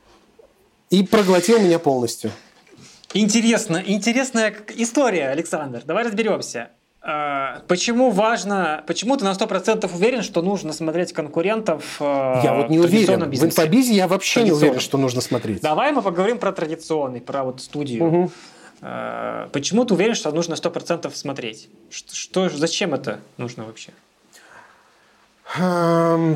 и проглотил меня полностью. Интересно, интересная история, Александр. Давай разберемся. Почему важно, почему ты на сто процентов уверен, что нужно смотреть конкурентов? Я вот не уверен. В инфобизе я вообще не уверен, что нужно смотреть. Давай мы поговорим про традиционный, про вот студию. Угу. Почему ты уверен, что нужно сто процентов смотреть? Что, что, зачем это нужно вообще? Um...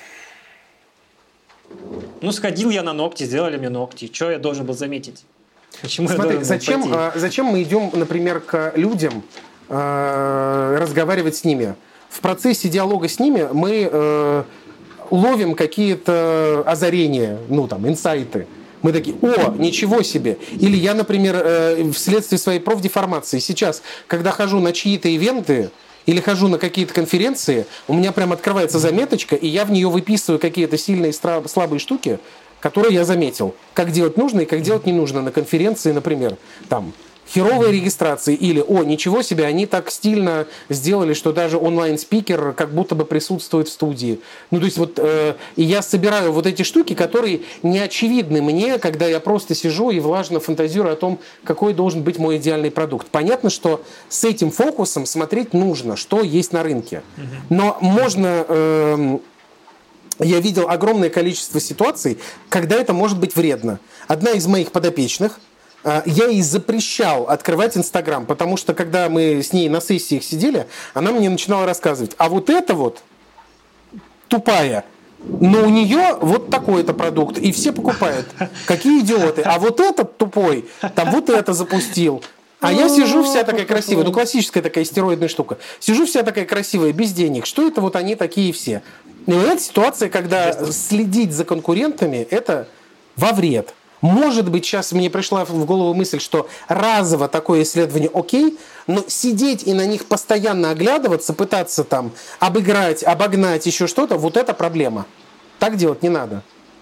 Ну, сходил я на ногти, сделали мне ногти. Что я должен был заметить? Почему Смотри, я должен зачем, был пойти? зачем мы идем, например, к людям, разговаривать с ними? В процессе диалога с ними мы э, ловим какие-то озарения, ну там, инсайты. Мы такие, о, ничего себе. Или я, например, э, вследствие своей профдеформации сейчас, когда хожу на чьи-то ивенты или хожу на какие-то конференции, у меня прям открывается заметочка, и я в нее выписываю какие-то сильные, слабые штуки, которые я заметил. Как делать нужно и как делать не нужно на конференции, например, там, херовые регистрации или, о, ничего себе, они так стильно сделали, что даже онлайн-спикер как будто бы присутствует в студии. Ну, то есть вот, э, и я собираю вот эти штуки, которые не очевидны мне, когда я просто сижу и влажно фантазирую о том, какой должен быть мой идеальный продукт. Понятно, что с этим фокусом смотреть нужно, что есть на рынке. Но можно... Э, я видел огромное количество ситуаций, когда это может быть вредно. Одна из моих подопечных, я ей запрещал открывать Инстаграм, потому что, когда мы с ней на сессиях сидели, она мне начинала рассказывать, а вот это вот тупая, но у нее вот такой-то продукт, и все покупают. Какие идиоты. А вот этот тупой, там вот это запустил. А я сижу вся такая красивая, ну классическая такая стероидная штука. Сижу вся такая красивая, без денег. Что это вот они такие все? И вот эта ситуация, когда следить за конкурентами, это во вред. Может быть, сейчас мне пришла в голову мысль, что разово такое исследование окей, но сидеть и на них постоянно оглядываться, пытаться там обыграть, обогнать, еще что-то, вот это проблема. Так делать не надо.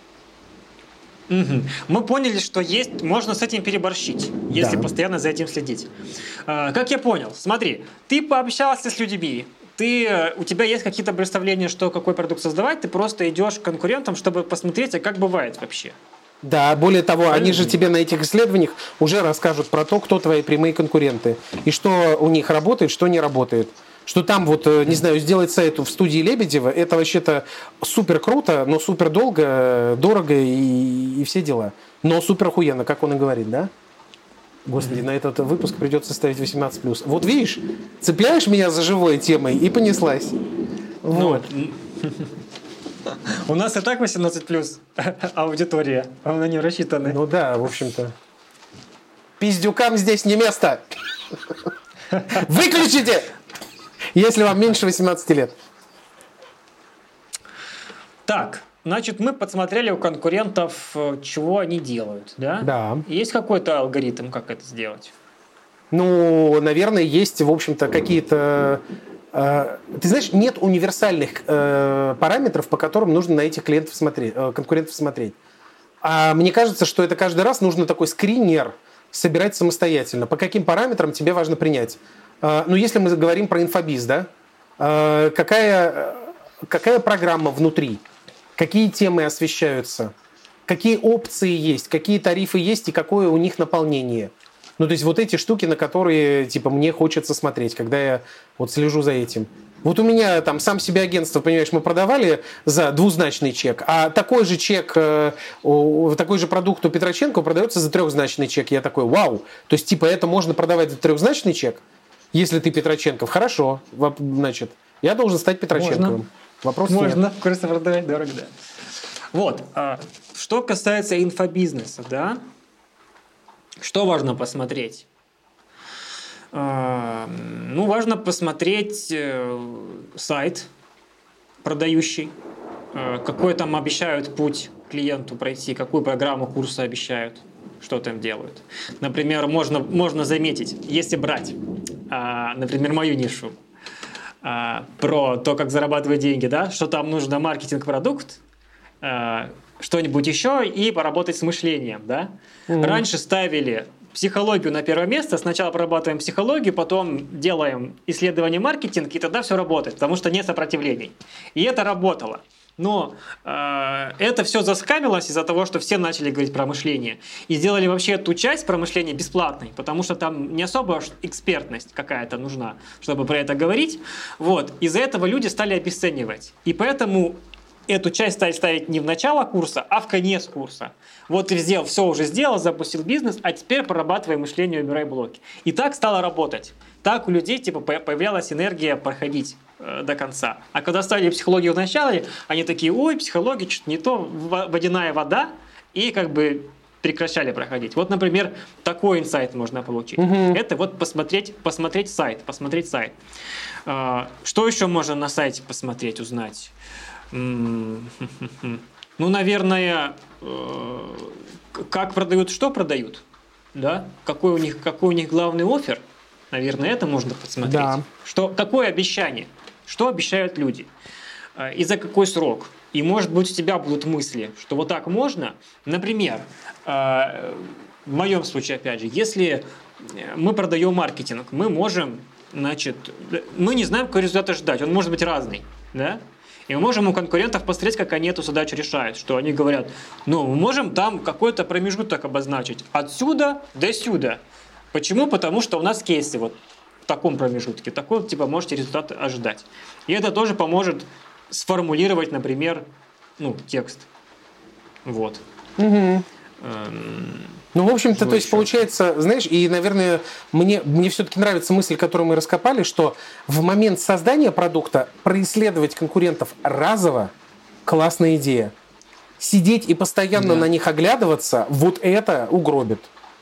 Угу. Мы поняли, что есть, можно с этим переборщить, если да. постоянно за этим следить. А, как я понял, смотри, ты пообщался с людьми, ты, у тебя есть какие-то представления, что какой продукт создавать, ты просто идешь к конкурентам, чтобы посмотреть, а как бывает вообще. Да, более того, Правильно? Они же тебе на этих исследованиях уже расскажут про то, кто твои прямые конкуренты, и что у них работает, что не работает. Что там вот, не знаю, сделать сайт в студии Лебедева, это вообще-то супер круто, но супер долго, дорого и, и все дела. Но супер охуенно, как он и говорит, да? Господи, на этот выпуск придется ставить восемнадцать плюс. Вот видишь, цепляешь меня за живой темой и понеслась. Вот. У нас и так восемнадцать плюс аудитория, а на нее рассчитаны. Ну да, в общем-то. Пиздюкам здесь не место. Выключите, если вам меньше восемнадцати лет. Так, значит, мы подсмотрели у конкурентов, чего они делают, да? Да. Есть какой-то алгоритм, как это сделать? Ну, наверное, есть, в общем-то, какие-то... Э, ты знаешь, нет универсальных э, параметров, по которым нужно на этих клиентов смотреть, э, конкурентов смотреть. А мне кажется, что это каждый раз нужно такой скринер собирать самостоятельно. По каким параметрам тебе важно принять? Э, ну, если мы говорим про инфобиз, да? Э, какая, какая программа внутри? Какие темы освещаются? Какие опции есть? Какие тарифы есть и какое у них наполнение? Ну, то есть вот эти штуки, на которые, типа, мне хочется смотреть, когда я вот слежу за этим. Вот у меня там сам себе агентство, понимаешь, мы продавали за двузначный чек, а такой же чек, э, такой же продукт у Петроченко продается за трехзначный чек. Я такой, вау, то есть, типа, это можно продавать за трехзначный чек, если ты Петроченков? Хорошо, значит, я должен стать Петроченковым. Можно. Вопрос Можно, нет. просто продавать дорого, да. Вот, а, что касается инфобизнеса, да, что важно посмотреть? А, ну, важно посмотреть э, сайт продающий, э, какой там обещают путь клиенту пройти, какую программу курса обещают, что там делают. Например, можно, можно заметить, если брать, а, например, мою нишу, а, про то, как зарабатывать деньги, да, что там нужно маркетинг-продукт, а, что-нибудь еще и поработать с мышлением, да. Mm-hmm. Раньше ставили психологию на первое место, сначала прорабатываем психологию, потом делаем исследование маркетинг, и тогда все работает, потому что нет сопротивлений. И это работало. Но э, это все заскамилось из-за того, что все начали говорить про мышление. И сделали вообще эту часть про мышление бесплатной, потому что там не особо экспертность какая-то нужна, чтобы про это говорить. Вот. Из-за этого люди стали обесценивать. И поэтому эту часть стали ставить не в начало курса, а в конец курса. Вот ты сделал, все уже сделал, запустил бизнес, а теперь прорабатывай мышление, убирай блоки. И так стало работать. Так у людей типа появлялась энергия проходить э, до конца. А когда ставили психологию в начале, они такие, ой, психология, что-то не то, водяная вода, и как бы прекращали проходить. Вот, например, такой инсайт можно получить. Угу. Это вот посмотреть, посмотреть сайт, посмотреть сайт. Э, что еще можно на сайте посмотреть, узнать? Ну, наверное, как продают, что продают, да? Какой у них, какой у них главный оффер? Наверное, это можно посмотреть. Да. Что, какое обещание? Что обещают люди? И за какой срок? И, может быть, у тебя будут мысли, что вот так можно. Например, в моем случае, опять же, если мы продаем маркетинг, мы можем, значит, мы не знаем, какой результат ожидать. Он может быть разный, да? И мы можем у конкурентов посмотреть, как они эту задачу решают. Что они говорят, ну, мы можем там какой-то промежуток обозначить. Отсюда до сюда. Почему? Потому что у нас кейсы вот в таком промежутке. Такой, типа, можете результат ожидать. И это тоже поможет сформулировать, например, ну, текст. Вот. Угу. Эм... Ну, в общем-то, то есть, получается, знаешь, и, наверное, мне, мне все-таки нравится мысль, которую мы раскопали, что в момент создания продукта происследовать конкурентов разово – классная идея. Сидеть и постоянно да. на них оглядываться – вот это угробит.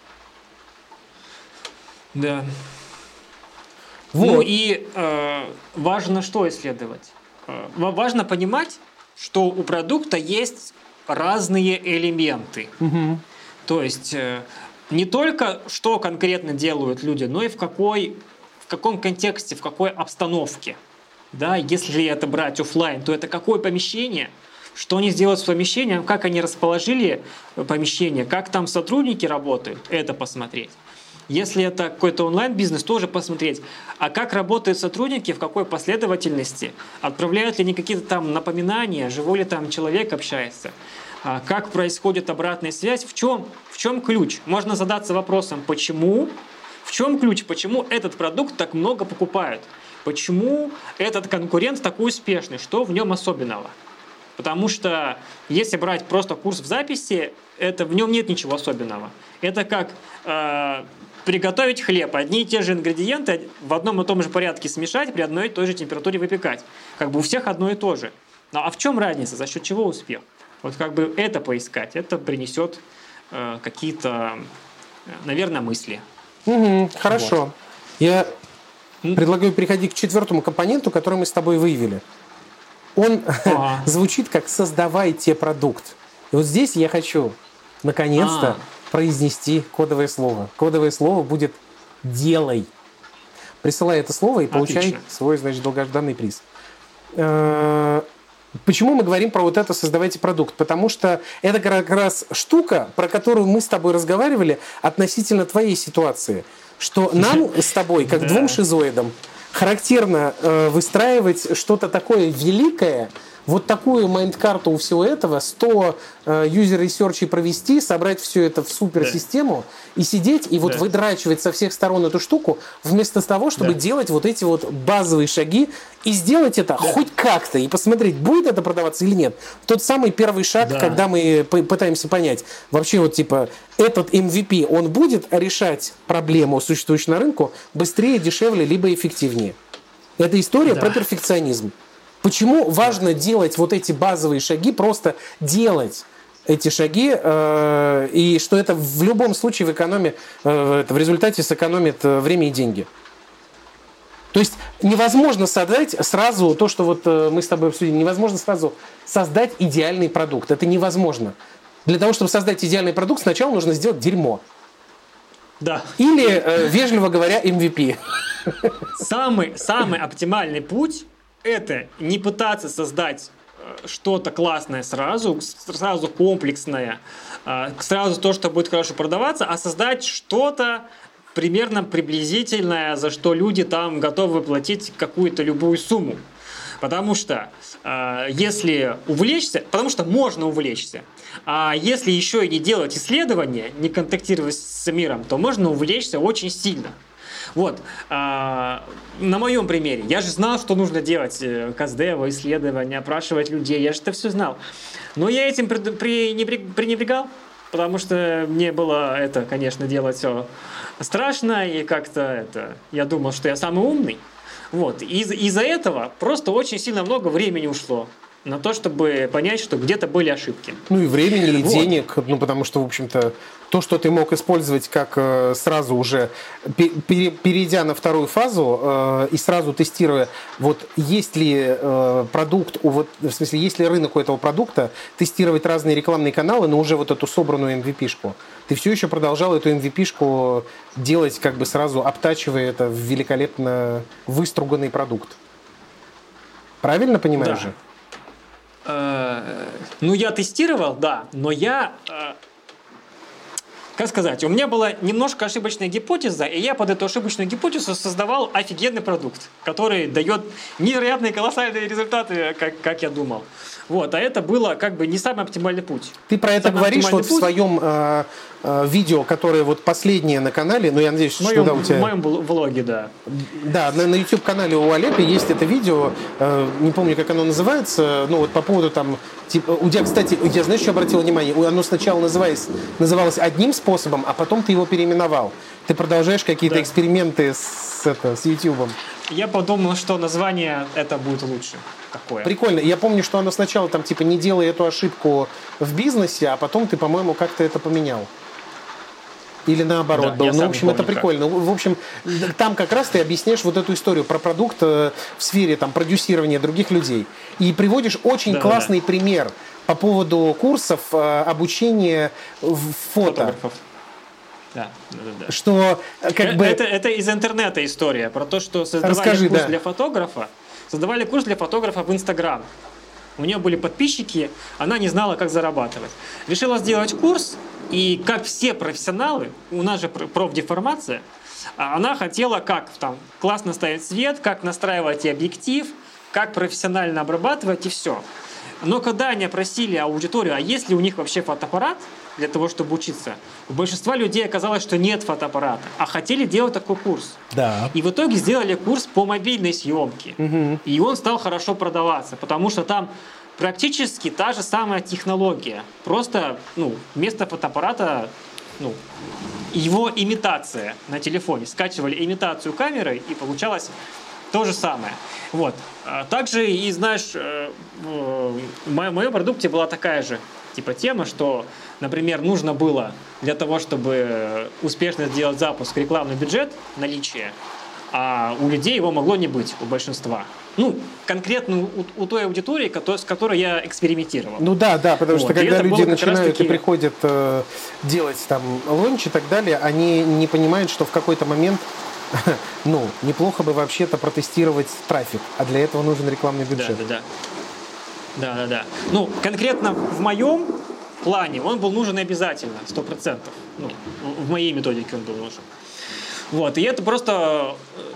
Да. Вот. Ну и э, важно что исследовать? Э, важно понимать, что у продукта есть разные элементы. Угу. То есть не только что конкретно делают люди, но и в, какой, в каком контексте, в какой обстановке. Да? Если это брать офлайн, то это какое помещение, что они сделают с помещением, как они расположили помещение, как там сотрудники работают, это посмотреть. Если это какой-то онлайн-бизнес, тоже посмотреть, а как работают сотрудники, в какой последовательности, отправляют ли они какие-то там напоминания, живой ли там человек общается. Как происходит обратная связь, в чем, в чем ключ? Можно задаться вопросом, почему, в чем ключ, почему этот продукт так много покупают, почему этот конкурент такой успешный, что в нем особенного. Потому что если брать просто курс в записи, это, в нем нет ничего особенного. Это как э, приготовить хлеб. Одни и те же ингредиенты в одном и том же порядке смешать, при одной и той же температуре выпекать. Как бы у всех одно и то же. Ну, а в чем разница? За счет чего успех? Вот как бы это поискать, это принесет э, какие-то, наверное, мысли. Угу, хорошо. Вот. Я предлагаю переходить к четвертому компоненту, который мы с тобой выявили. Он ага. звучит как «создавайте продукт». И вот здесь я хочу наконец-то а. произнести кодовое слово. Кодовое слово будет «делай». Присылай это слово и получай Отлично. свой, значит, долгожданный приз. Почему мы говорим про вот это «создавайте продукт»? Потому что это как раз штука, про которую мы с тобой разговаривали относительно твоей ситуации. Что нам с тобой, как двум шизоидам, характерно э, выстраивать что-то такое великое, вот такую майнд-карту у всего этого, сто э, юзер-ресерчей провести, собрать все это в суперсистему да. и сидеть и вот да. выдрачивать со всех сторон эту штуку, вместо того, чтобы да. делать вот эти вот базовые шаги и сделать это да. хоть как-то и посмотреть, будет это продаваться или нет. Тот самый первый шаг, да. когда мы пытаемся понять, вообще вот типа этот эм ви пи, он будет решать проблему, существующую на рынку, быстрее, дешевле, либо эффективнее. Это история да. про перфекционизм. Почему важно делать вот эти базовые шаги, просто делать эти шаги, э, и что это в любом случае в экономе, э, в результате сэкономит время и деньги. То есть невозможно создать сразу то, что вот мы с тобой обсудили, невозможно сразу создать идеальный продукт. Это невозможно. Для того, чтобы создать идеальный продукт, сначала нужно сделать дерьмо. Да. Или, э, вежливо говоря, эм ви пи. Самый, самый оптимальный путь – это не пытаться создать что-то классное сразу, сразу комплексное, сразу то, что будет хорошо продаваться, а создать что-то примерно приблизительное, за что люди там готовы платить какую-то любую сумму. Потому что э, если увлечься, потому что можно увлечься, а если еще и не делать исследования, не контактировать с миром, то можно увлечься очень сильно. Вот, а, на моем примере, я же знал, что нужно делать каздево, исследования, опрашивать людей, я же это все знал. Но я этим пренебрегал, потому что мне было это, конечно, делать все страшно, и как-то это, я думал, что я самый умный. Вот, и из-за этого просто очень сильно много времени ушло на то, чтобы понять, что где-то были ошибки. Ну и времени, и вот. денег, ну потому что, в общем-то, то, что ты мог использовать как э, сразу уже, пере, перейдя на вторую фазу э, и сразу тестируя, вот есть ли э, продукт, у, вот, в смысле, есть ли рынок у этого продукта, тестировать разные рекламные каналы, но уже вот эту собранную эм ви пи-шку. Ты все еще продолжал эту эм ви пи-шку делать, как бы сразу обтачивая это в великолепно выструганный продукт. Правильно понимаешь да. же? Ну, я тестировал, да, но я, как сказать, у меня была немножко ошибочная гипотеза, и я под эту ошибочную гипотезу создавал офигенный продукт, который дает невероятные колоссальные результаты, как, как я думал. Вот, а это было как бы не самый оптимальный путь. Ты про это самый говоришь вот путь... в своем э, э, видео, которое вот последнее на канале, ну я надеюсь, в моем, что да, у тебя... В моем влоге, да. Да, на, на YouTube-канале у Алепи есть это видео, э, не помню, как оно называется, ну вот по поводу там, типа, у тебя, кстати, я знаешь, что обратил внимание? Оно сначала называлось, называлось одним способом, а потом ты его переименовал. Ты продолжаешь какие-то да. эксперименты с, это, с YouTube. Я подумал, что название это будет лучше. Какое? Прикольно. Я помню, что оно сначала там типа не делай эту ошибку в бизнесе, а потом ты, по-моему, как-то это поменял. Или наоборот да, был. Ну, в общем, помню, это прикольно. Как. В общем, там как раз ты объясняешь вот эту историю про продукт в сфере там, продюсирования других людей. И приводишь очень да, классный да. пример по поводу курсов обучения в фото. Фотографов. Да, да, да. Что как это, бы... это, это из интернета история про то, что создавали Расскажи, курс да. для фотографа. Создавали курс для фотографа в Инстаграм. У нее были подписчики, она не знала, как зарабатывать. Решила сделать курс, и как все профессионалы, у нас же профдеформация, она хотела как там классно ставить свет, как настраивать и объектив, как профессионально обрабатывать и все. Но когда они опросили аудиторию, а есть ли у них вообще фотоаппарат для того, чтобы учиться, у большинства людей оказалось, что нет фотоаппарата, а хотели делать такой курс. Да. И в итоге сделали курс по мобильной съемке. Угу. И он стал хорошо продаваться, потому что там практически та же самая технология. Просто, ну, вместо фотоаппарата, ну, его имитация на телефоне. Скачивали имитацию камеры, и получалось то же самое. Вот. Также, и знаешь, в моем продукте была такая же типа тема, что, например, нужно было для того, чтобы успешно сделать запуск, рекламный бюджет, наличие, а у людей его могло не быть, у большинства. Ну, конкретно у, у той аудитории, с которой я экспериментировал. Ну да, да, потому вот. что когда и люди начинают таки... и приходят э, делать там лонч и так далее, они не понимают, что в какой-то момент ну, неплохо бы вообще-то протестировать трафик, а для этого нужен рекламный бюджет. Да, да, да. Да, да, да. Ну, конкретно в моем плане он был нужен обязательно, сто процентов. Ну, в моей методике он был нужен. Вот, и это просто...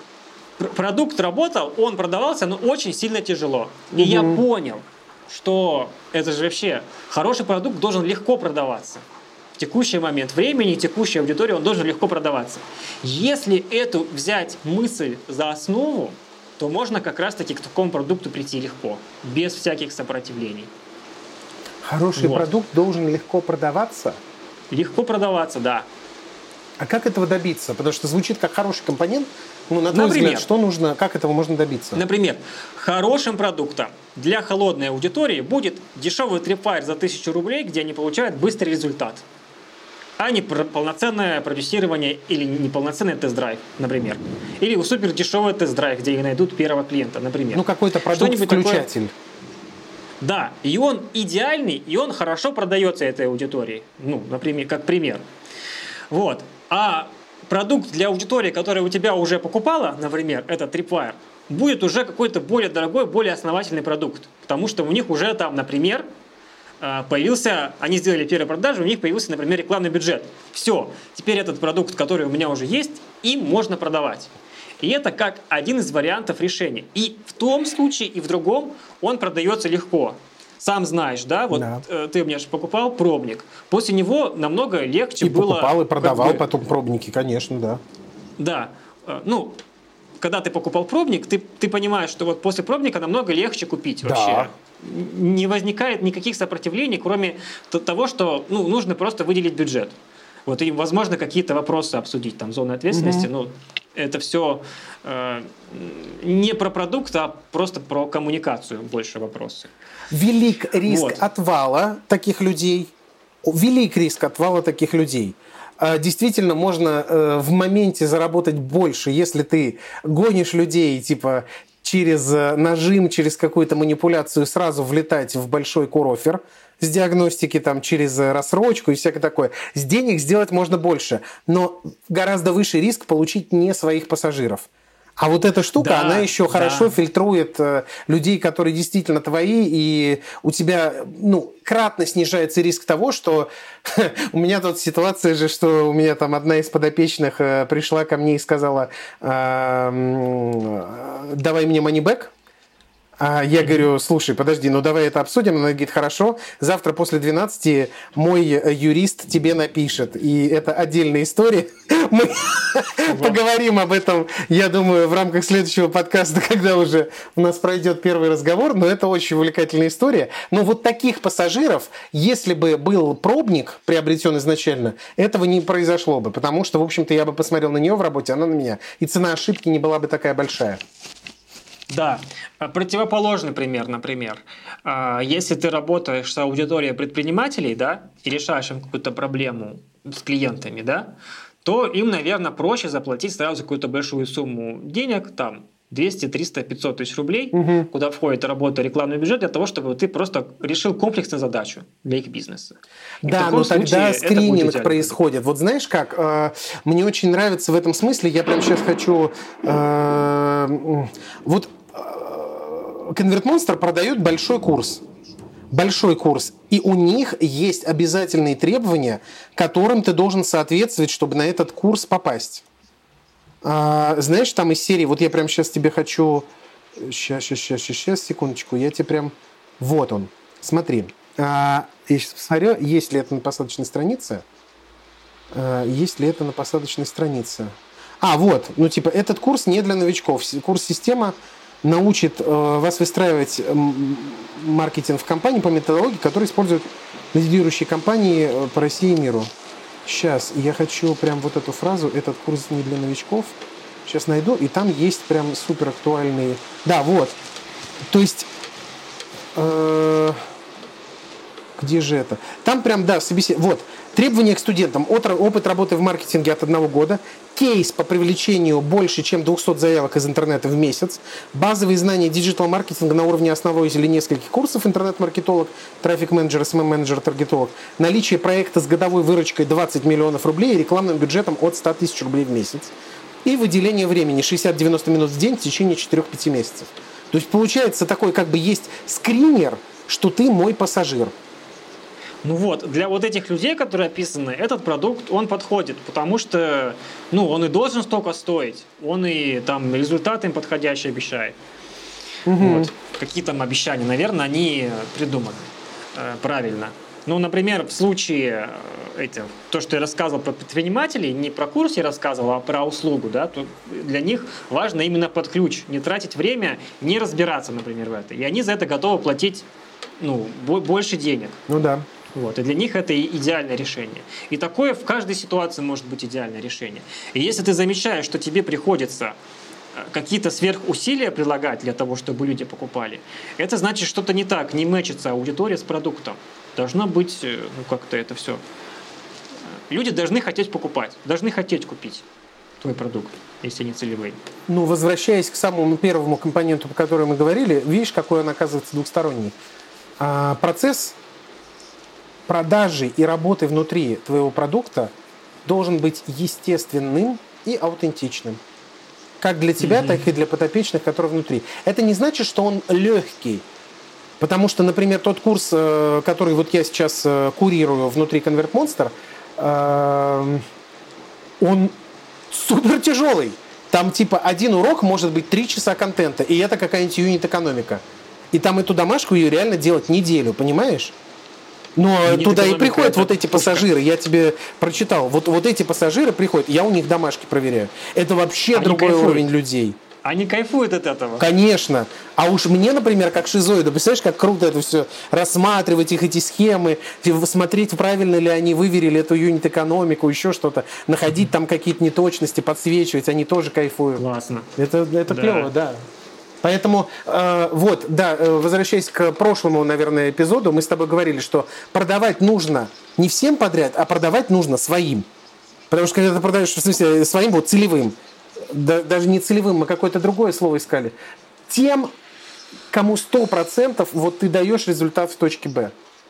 Продукт работал, он продавался, но очень сильно тяжело. И угу. я понял, что это же вообще хороший продукт должен легко продаваться. В текущий момент времени, текущей аудитории он должен легко продаваться. Если эту взять мысль за основу, то можно как раз-таки к такому продукту прийти легко, без всяких сопротивлений. Хороший вот. Продукт должен легко продаваться? Легко продаваться, да. А как этого добиться? Потому что звучит как хороший компонент. Ну, на твой Например, взгляд, что нужно, как этого можно добиться? Например, хорошим продуктом для холодной аудитории будет дешевый Tripwire за тысячу рублей, где они получают быстрый результат, а не полноценное продюсирование или неполноценный тест-драйв, например. Или супер дешевый тест-драйв, где они найдут первого клиента, например. Ну, какой-то продукт-включатель. Такое... Да, и он идеальный, и он хорошо продается этой аудитории. Ну, например, как пример. Вот. А продукт для аудитории, которая у тебя уже покупала, например, это Tripwire, будет уже какой-то более дорогой, более основательный продукт. Потому что у них уже там, например, появился, они сделали первую продажу, у них появился, например, рекламный бюджет. Все, теперь этот продукт, который у меня уже есть, им можно продавать. И это как один из вариантов решения. И в том случае, и в другом он продается легко. Сам знаешь, да, вот да. Э, ты у меня же покупал пробник. После него намного легче и было... И покупал, и продавал как бы, потом пробники, конечно, да. Да. Э, ну, когда ты покупал пробник, ты, ты понимаешь, что вот после пробника намного легче купить да. вообще. Не возникает никаких сопротивлений, кроме того, что ну, нужно просто выделить бюджет. Вот, и, возможно, какие-то вопросы обсудить, там, зоны ответственности, mm-hmm. ну, это все э, не про продукт, а просто про коммуникацию больше вопросы. Велик риск вот. отвала таких людей. Велик риск отвала таких людей. Действительно, можно в моменте заработать больше, если ты гонишь людей, типа, через нажим, через какую-то манипуляцию сразу влетать в большой курофер с диагностики, там, через рассрочку и всякое такое. С денег сделать можно больше, но гораздо выше риск получить не своих пассажиров. А вот эта штука, да, она еще да. хорошо фильтрует людей, которые действительно твои, и у тебя, ну, кратно снижается риск того, что у меня тут ситуация же, что у меня там одна из подопечных пришла ко мне и сказала: давай мне money-back. А я говорю: слушай, подожди, ну давай это обсудим. Она говорит: хорошо, завтра после двенадцати мой юрист тебе напишет. И это отдельная история. Мы поговорим об этом, я думаю, в рамках следующего подкаста, когда уже у нас пройдет первый разговор. Но это очень увлекательная история. Но вот таких пассажиров, если бы был пробник приобретен изначально, этого не произошло бы. Потому что, в общем-то, я бы посмотрел на нее в работе, она на меня. И цена ошибки не была бы такая большая. Да, противоположный пример, например. Если ты работаешь с аудиторией предпринимателей, да, и решаешь им какую-то проблему с клиентами, да, то им, наверное, проще заплатить сразу какую-то большую сумму денег, там, двести, триста, пятьсот тысяч рублей, угу. куда входит работа рекламный бюджет, для того, чтобы ты просто решил комплексную задачу для их бизнеса. И да, но тогда скрининг происходит. Вот знаешь как, э, мне очень нравится в этом смысле, я прямо сейчас хочу... Э, вот э, ConvertMonster продает большой курс. Большой курс. И у них есть обязательные требования, которым ты должен соответствовать, чтобы на этот курс попасть. А, знаешь, там из серии, вот я прямо сейчас тебе хочу... Сейчас, сейчас, сейчас, сейчас, секундочку. Я тебе прям... Вот он. Смотри. А, я сейчас посмотрю, есть ли это на посадочной странице. А, есть ли это на посадочной странице. А, вот. Ну, типа, этот курс не для новичков. Курс «Система научит э, вас выстраивать маркетинг в компании по методологии, которую используют лидирующие компании по России и миру. Сейчас, я хочу прям вот эту фразу, этот курс не для новичков. Сейчас найду, и там есть прям супер актуальные... Да, вот. То есть... Э, где же это? Там прям, да, собеседование. Вот. Требования к студентам. Опыт работы в маркетинге от одного года. Кейс по привлечению больше, чем двухсот заявок из интернета в месяц. Базовые знания диджитал-маркетинга на уровне основной или нескольких курсов. Интернет-маркетолог, трафик-менеджер, эс эм эм-менеджер, таргетолог. Наличие проекта с годовой выручкой двадцать миллионов рублей и рекламным бюджетом от ста тысяч рублей в месяц. И выделение времени шестьдесят-девяносто минут в день в течение четырёх-пяти месяцев. То есть получается такой, как бы есть скринер, что ты мой пассажир. Ну вот, для вот этих людей, которые описаны, этот продукт, он подходит, потому что, ну, он и должен столько стоить, он и там результаты им подходящие обещает. Угу. Вот. Какие там обещания, наверное, они придуманы э, правильно. Ну, например, в случае этих, то, что я рассказывал про предпринимателей, не про курс я рассказывал, а про услугу, да, то для них важно именно под ключ, не тратить время, не разбираться, например, в этом. И они за это готовы платить, ну, больше денег. Ну да. Вот. И для них это идеальное решение. И такое в каждой ситуации может быть идеальное решение. И если ты замечаешь, что тебе приходится какие-то сверхусилия прилагать для того, чтобы люди покупали, это значит, что-то не так, не мэчится аудитория с продуктом. Должно быть, ну, как-то это все. Люди должны хотеть покупать, должны хотеть купить твой продукт, если они целевые. Ну, возвращаясь к самому первому компоненту, по которому мы говорили, видишь, какой он оказывается двухсторонний. А, процесс продажи и работы внутри твоего продукта должен быть естественным и аутентичным. Как для тебя, mm-hmm. так и для подопечных, которые внутри. Это не значит, что он легкий. Потому что, например, тот курс, который вот я сейчас курирую внутри ConvertMonster, он супер тяжелый. Там типа один урок может быть три часа контента, и это какая-нибудь юнит-экономика. И там эту домашку ее реально делать неделю, понимаешь? Но юнит туда и приходят вот эти пассажиры. Я тебе прочитал. Вот, вот эти пассажиры приходят, я у них домашки проверяю. Это вообще Они другой кайфуют. Уровень людей. Они кайфуют от этого. Конечно. А уж мне, например, как шизоиду, представляешь, как круто это все рассматривать, их эти схемы, смотреть, правильно ли они выверили эту юнит-экономику, еще что-то, находить там какие-то неточности, подсвечивать, они тоже кайфуют. Классно. Это, это да. клево, да. Поэтому, э, вот, да, возвращаясь к прошлому, наверное, эпизоду, мы с тобой говорили, что продавать нужно не всем подряд, а продавать нужно своим. Потому что когда ты продаешь, в смысле, своим, вот, целевым, да, даже не целевым, мы какое-то другое слово искали, тем, кому сто процентов вот ты даешь результат в точке Б.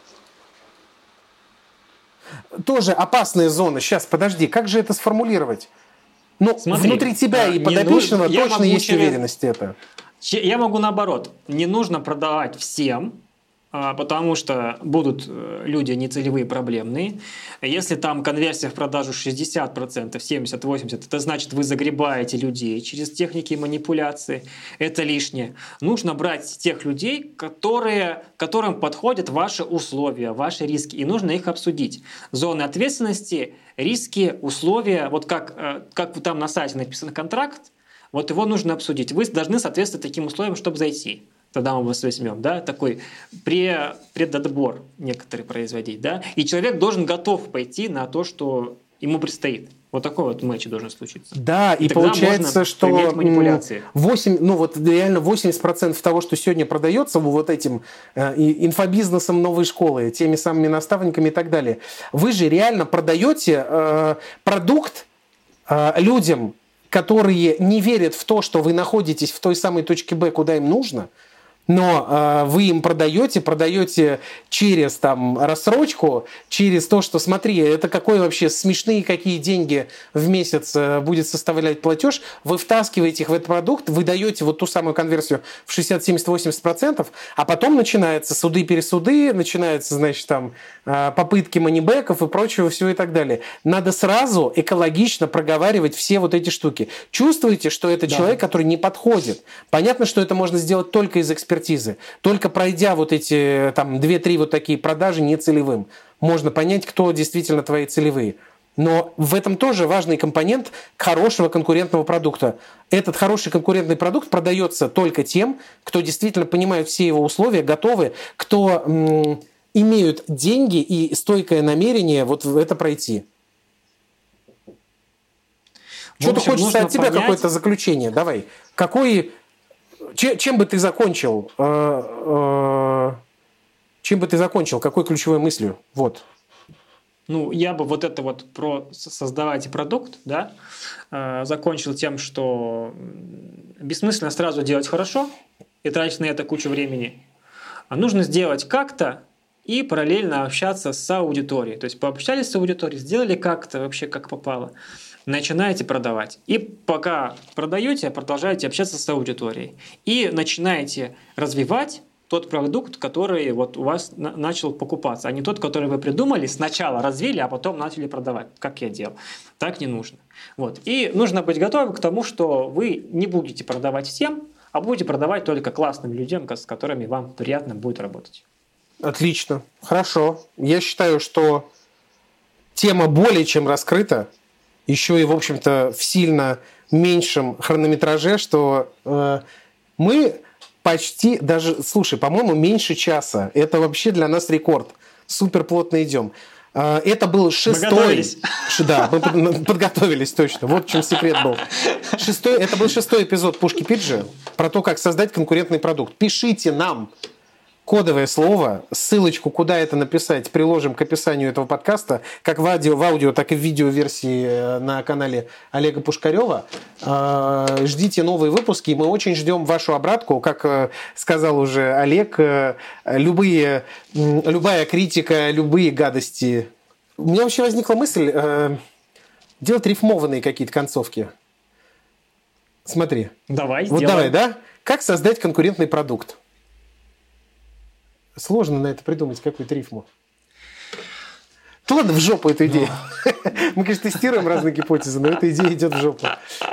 Тоже опасная зона. Сейчас, подожди, как же это сформулировать? Ну, Смотри, внутри тебя и подопечного ну, точно есть через... уверенность это. Я могу наоборот. Не нужно продавать всем, потому что будут люди нецелевые, проблемные. Если там конверсия в продажу шестьдесят процентов, семьдесят-восемьдесят процентов, это значит, вы загребаете людей через техники манипуляции. Это лишнее. Нужно брать тех людей, которые, которым подходят ваши условия, ваши риски. И нужно их обсудить. Зоны ответственности, риски, условия. Вот как, как там на сайте написан контракт, вот его нужно обсудить. Вы должны соответствовать таким условиям, чтобы зайти. Тогда мы вас возьмем, да, такой предотбор некоторые производить, да, и человек должен готов пойти на то, что ему предстоит. Вот такой вот матч должен случиться. Да, и, и получается, что восемь, ну вот реально восемьдесят процентов того, что сегодня продается вот этим э, инфобизнесом новой школы, теми самыми наставниками и так далее, вы же реально продаете э, продукт э, людям, которые не верят в то, что вы находитесь в той самой точке Б, куда им нужно, но э, вы им продаете, продаете через там рассрочку, через то, что смотри, это какой вообще смешные какие деньги в месяц э, будет составлять платеж, вы втаскиваете их в этот продукт, вы даете вот ту самую конверсию в шестьдесят, семьдесят, восемьдесят процентов, а потом начинаются суды-пересуды, начинаются, значит, там э, попытки манибэков и прочего, всего и так далее. Надо сразу экологично проговаривать все вот эти штуки. Чувствуете, что это да. человек, который не подходит. Понятно, что это можно сделать только из экспертизы. Только пройдя вот эти там две-три вот такие продажи нецелевым, можно понять, кто действительно твои целевые. Но в этом тоже важный компонент хорошего конкурентного продукта. Этот хороший конкурентный продукт продается только тем, кто действительно понимает все его условия, готовы, кто м- имеют деньги и стойкое намерение вот в это пройти. Что-то хочется от тебя понять... какое-то заключение. Давай. Какой... Чем, чем бы ты закончил? Чем бы ты закончил? Какой ключевой мыслью? Вот. Ну, я бы вот это вот про создавать продукт, да, э, закончил тем, что бессмысленно сразу делать хорошо и тратить на это кучу времени. А нужно сделать как-то и параллельно общаться с аудиторией. То есть пообщались с аудиторией, сделали как-то вообще как попало. Начинаете продавать. И пока продаете, продолжаете общаться с аудиторией. И начинаете развивать тот продукт, который вот у вас на- начал покупаться, а не тот, который вы придумали, сначала развили, а потом начали продавать, как я делал. Так не нужно. Вот. И нужно быть готовым к тому, что вы не будете продавать всем, а будете продавать только классным людям, с которыми вам приятно будет работать. Отлично. Хорошо. Я считаю, что тема более чем раскрыта, еще и, в общем-то, в сильно меньшем хронометраже, что э, мы... Почти, даже, слушай, по-моему, меньше часа. Это вообще для нас рекорд. Супер плотно идем. Это был шестой... Мы готовились. Да, мы подготовились точно. Вот в чем секрет был. Шестой, это был шестой эпизод Пушки Пиджи про то, как создать конкурентный продукт. Пишите нам кодовое слово, ссылочку, куда это написать, приложим к описанию этого подкаста, как в аудио, в аудио так и в видеоверсии на канале Олега Пушкарева. Ждите новые выпуски, и мы очень ждем вашу обратку. Как сказал уже Олег, любые, любая критика, любые гадости. У меня вообще возникла мысль делать рифмованные какие-то концовки. Смотри. Давай, вот сделаем. Давай, да? Как создать конкурентный продукт? Сложно на это придумать какую-то рифму. Да ладно, в жопу эту идею. Мы, конечно, тестируем разные гипотезы, но эта идея идет в жопу.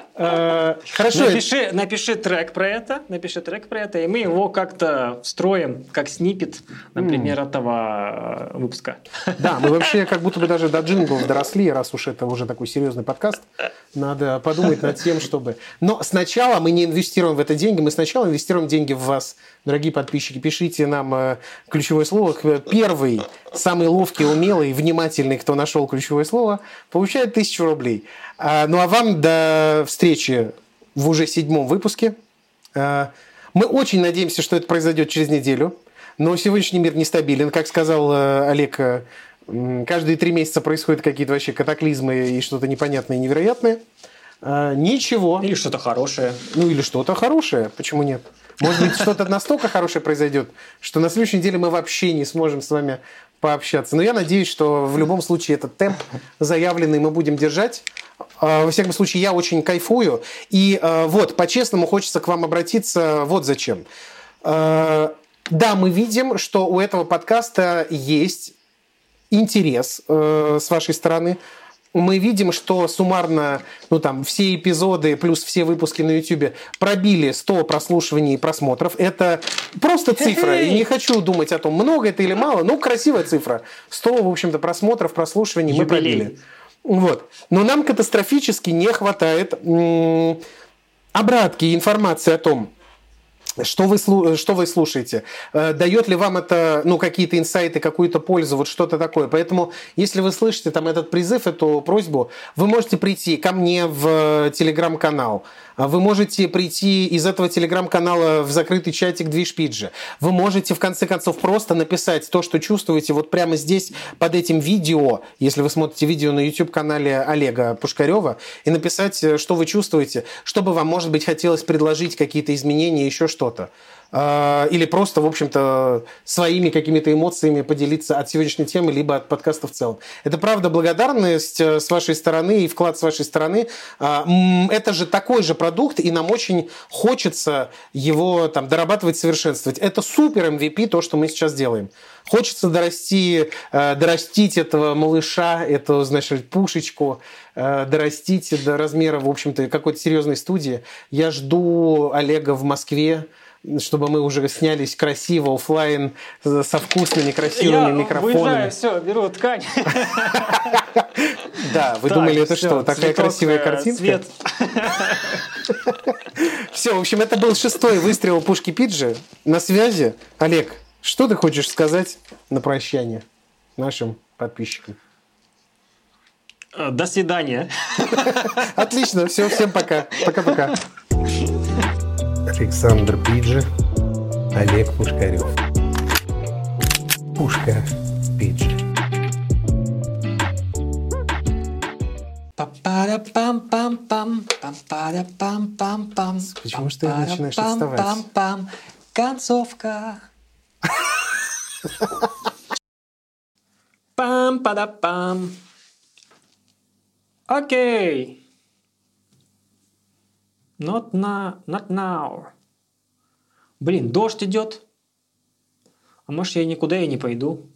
Хорошо. Напиши, напиши трек про это, напиши трек про это, и мы его как-то встроим, как сниппет, например, mm. этого выпуска. Да, мы вообще как будто бы даже до джинглов доросли, раз уж это уже такой серьезный подкаст. Надо подумать над тем, чтобы... Но сначала мы не инвестируем в это деньги, мы сначала инвестируем деньги в вас. Дорогие подписчики, пишите нам ключевое слово. Первый, самый ловкий, умелый, внимательный, кто нашел ключевое слово, получает тысячу рублей. Ну а вам до встречи в уже седьмом выпуске. Мы очень надеемся, что это произойдет через неделю. Но сегодняшний мир нестабилен. Как сказал Олег, каждые три месяца происходят какие-то вообще катаклизмы и что-то непонятное и невероятное. Ничего. Или что-то хорошее. Ну или что-то хорошее. Почему нет? Может быть, что-то настолько хорошее произойдет, что на следующей неделе мы вообще не сможем с вами пообщаться. Но я надеюсь, что в любом случае этот темп заявленный мы будем держать. Во всяком случае, я очень кайфую. И вот, по-честному, хочется к вам обратиться вот зачем. Да, мы видим, что у этого подкаста есть интерес с вашей стороны. Мы видим, что суммарно, ну там, все эпизоды плюс все выпуски на YouTube пробили сто прослушиваний и просмотров. Это просто цифра. И не хочу думать о том, много это или мало. Ну, красивая цифра. сто, в общем-то, просмотров, прослушиваний мы пробили. Вот. Но нам катастрофически не хватает м- обратки, информации о том, что вы, что вы слушаете? Дает ли вам это ну, какие-то инсайты, какую-то пользу, вот что-то такое? Поэтому, если вы слышите там, этот призыв, эту просьбу, вы можете прийти ко мне в телеграм-канал. Вы можете прийти из этого телеграм-канала в закрытый чатик Движ Пиджи. Вы можете, в конце концов, просто написать то, что чувствуете вот прямо здесь, под этим видео, если вы смотрите видео на YouTube-канале Олега Пушкарева, и написать, что вы чувствуете, что бы вам, может быть, хотелось предложить, какие-то изменения, еще что-то. Или просто, в общем-то, своими какими-то эмоциями поделиться от сегодняшней темы, либо от подкаста в целом. Это, правда, благодарность с вашей стороны и вклад с вашей стороны. Это же такой же продукт, и нам очень хочется его там дорабатывать, совершенствовать. Это супер эм ви пи, то, что мы сейчас делаем. Хочется дорасти, дорастить этого малыша, эту, значит, пушечку, дорастить до размера, в общем-то, какой-то серьезной студии. Я жду Олега в Москве. чтобы мы уже снялись красиво, офлайн, со вкусными, красивыми Я микрофонами. выезжаю, все, беру ткань. Да, вы Так, думали, это всё, что, такая цветок, красивая э, картинка? Цвет. Все, в общем, это был шестой выстрел пушки Пиджи. На связи. Олег, что ты хочешь сказать на прощание нашим подписчикам? До свидания. Отлично, все, всем пока. Пока-пока. Александр Пиджи, Олег Пушкарев. Пушка Пиджи. Пам-пам-пам-пам, пам-пам-пам-пам. Почему ж ты начинаешь отставать? Пам-пам-пам. Концовка. Пам-пада-пам. Окей. Not now. Not now. Блин, дождь идет. А может, я никуда и не пойду.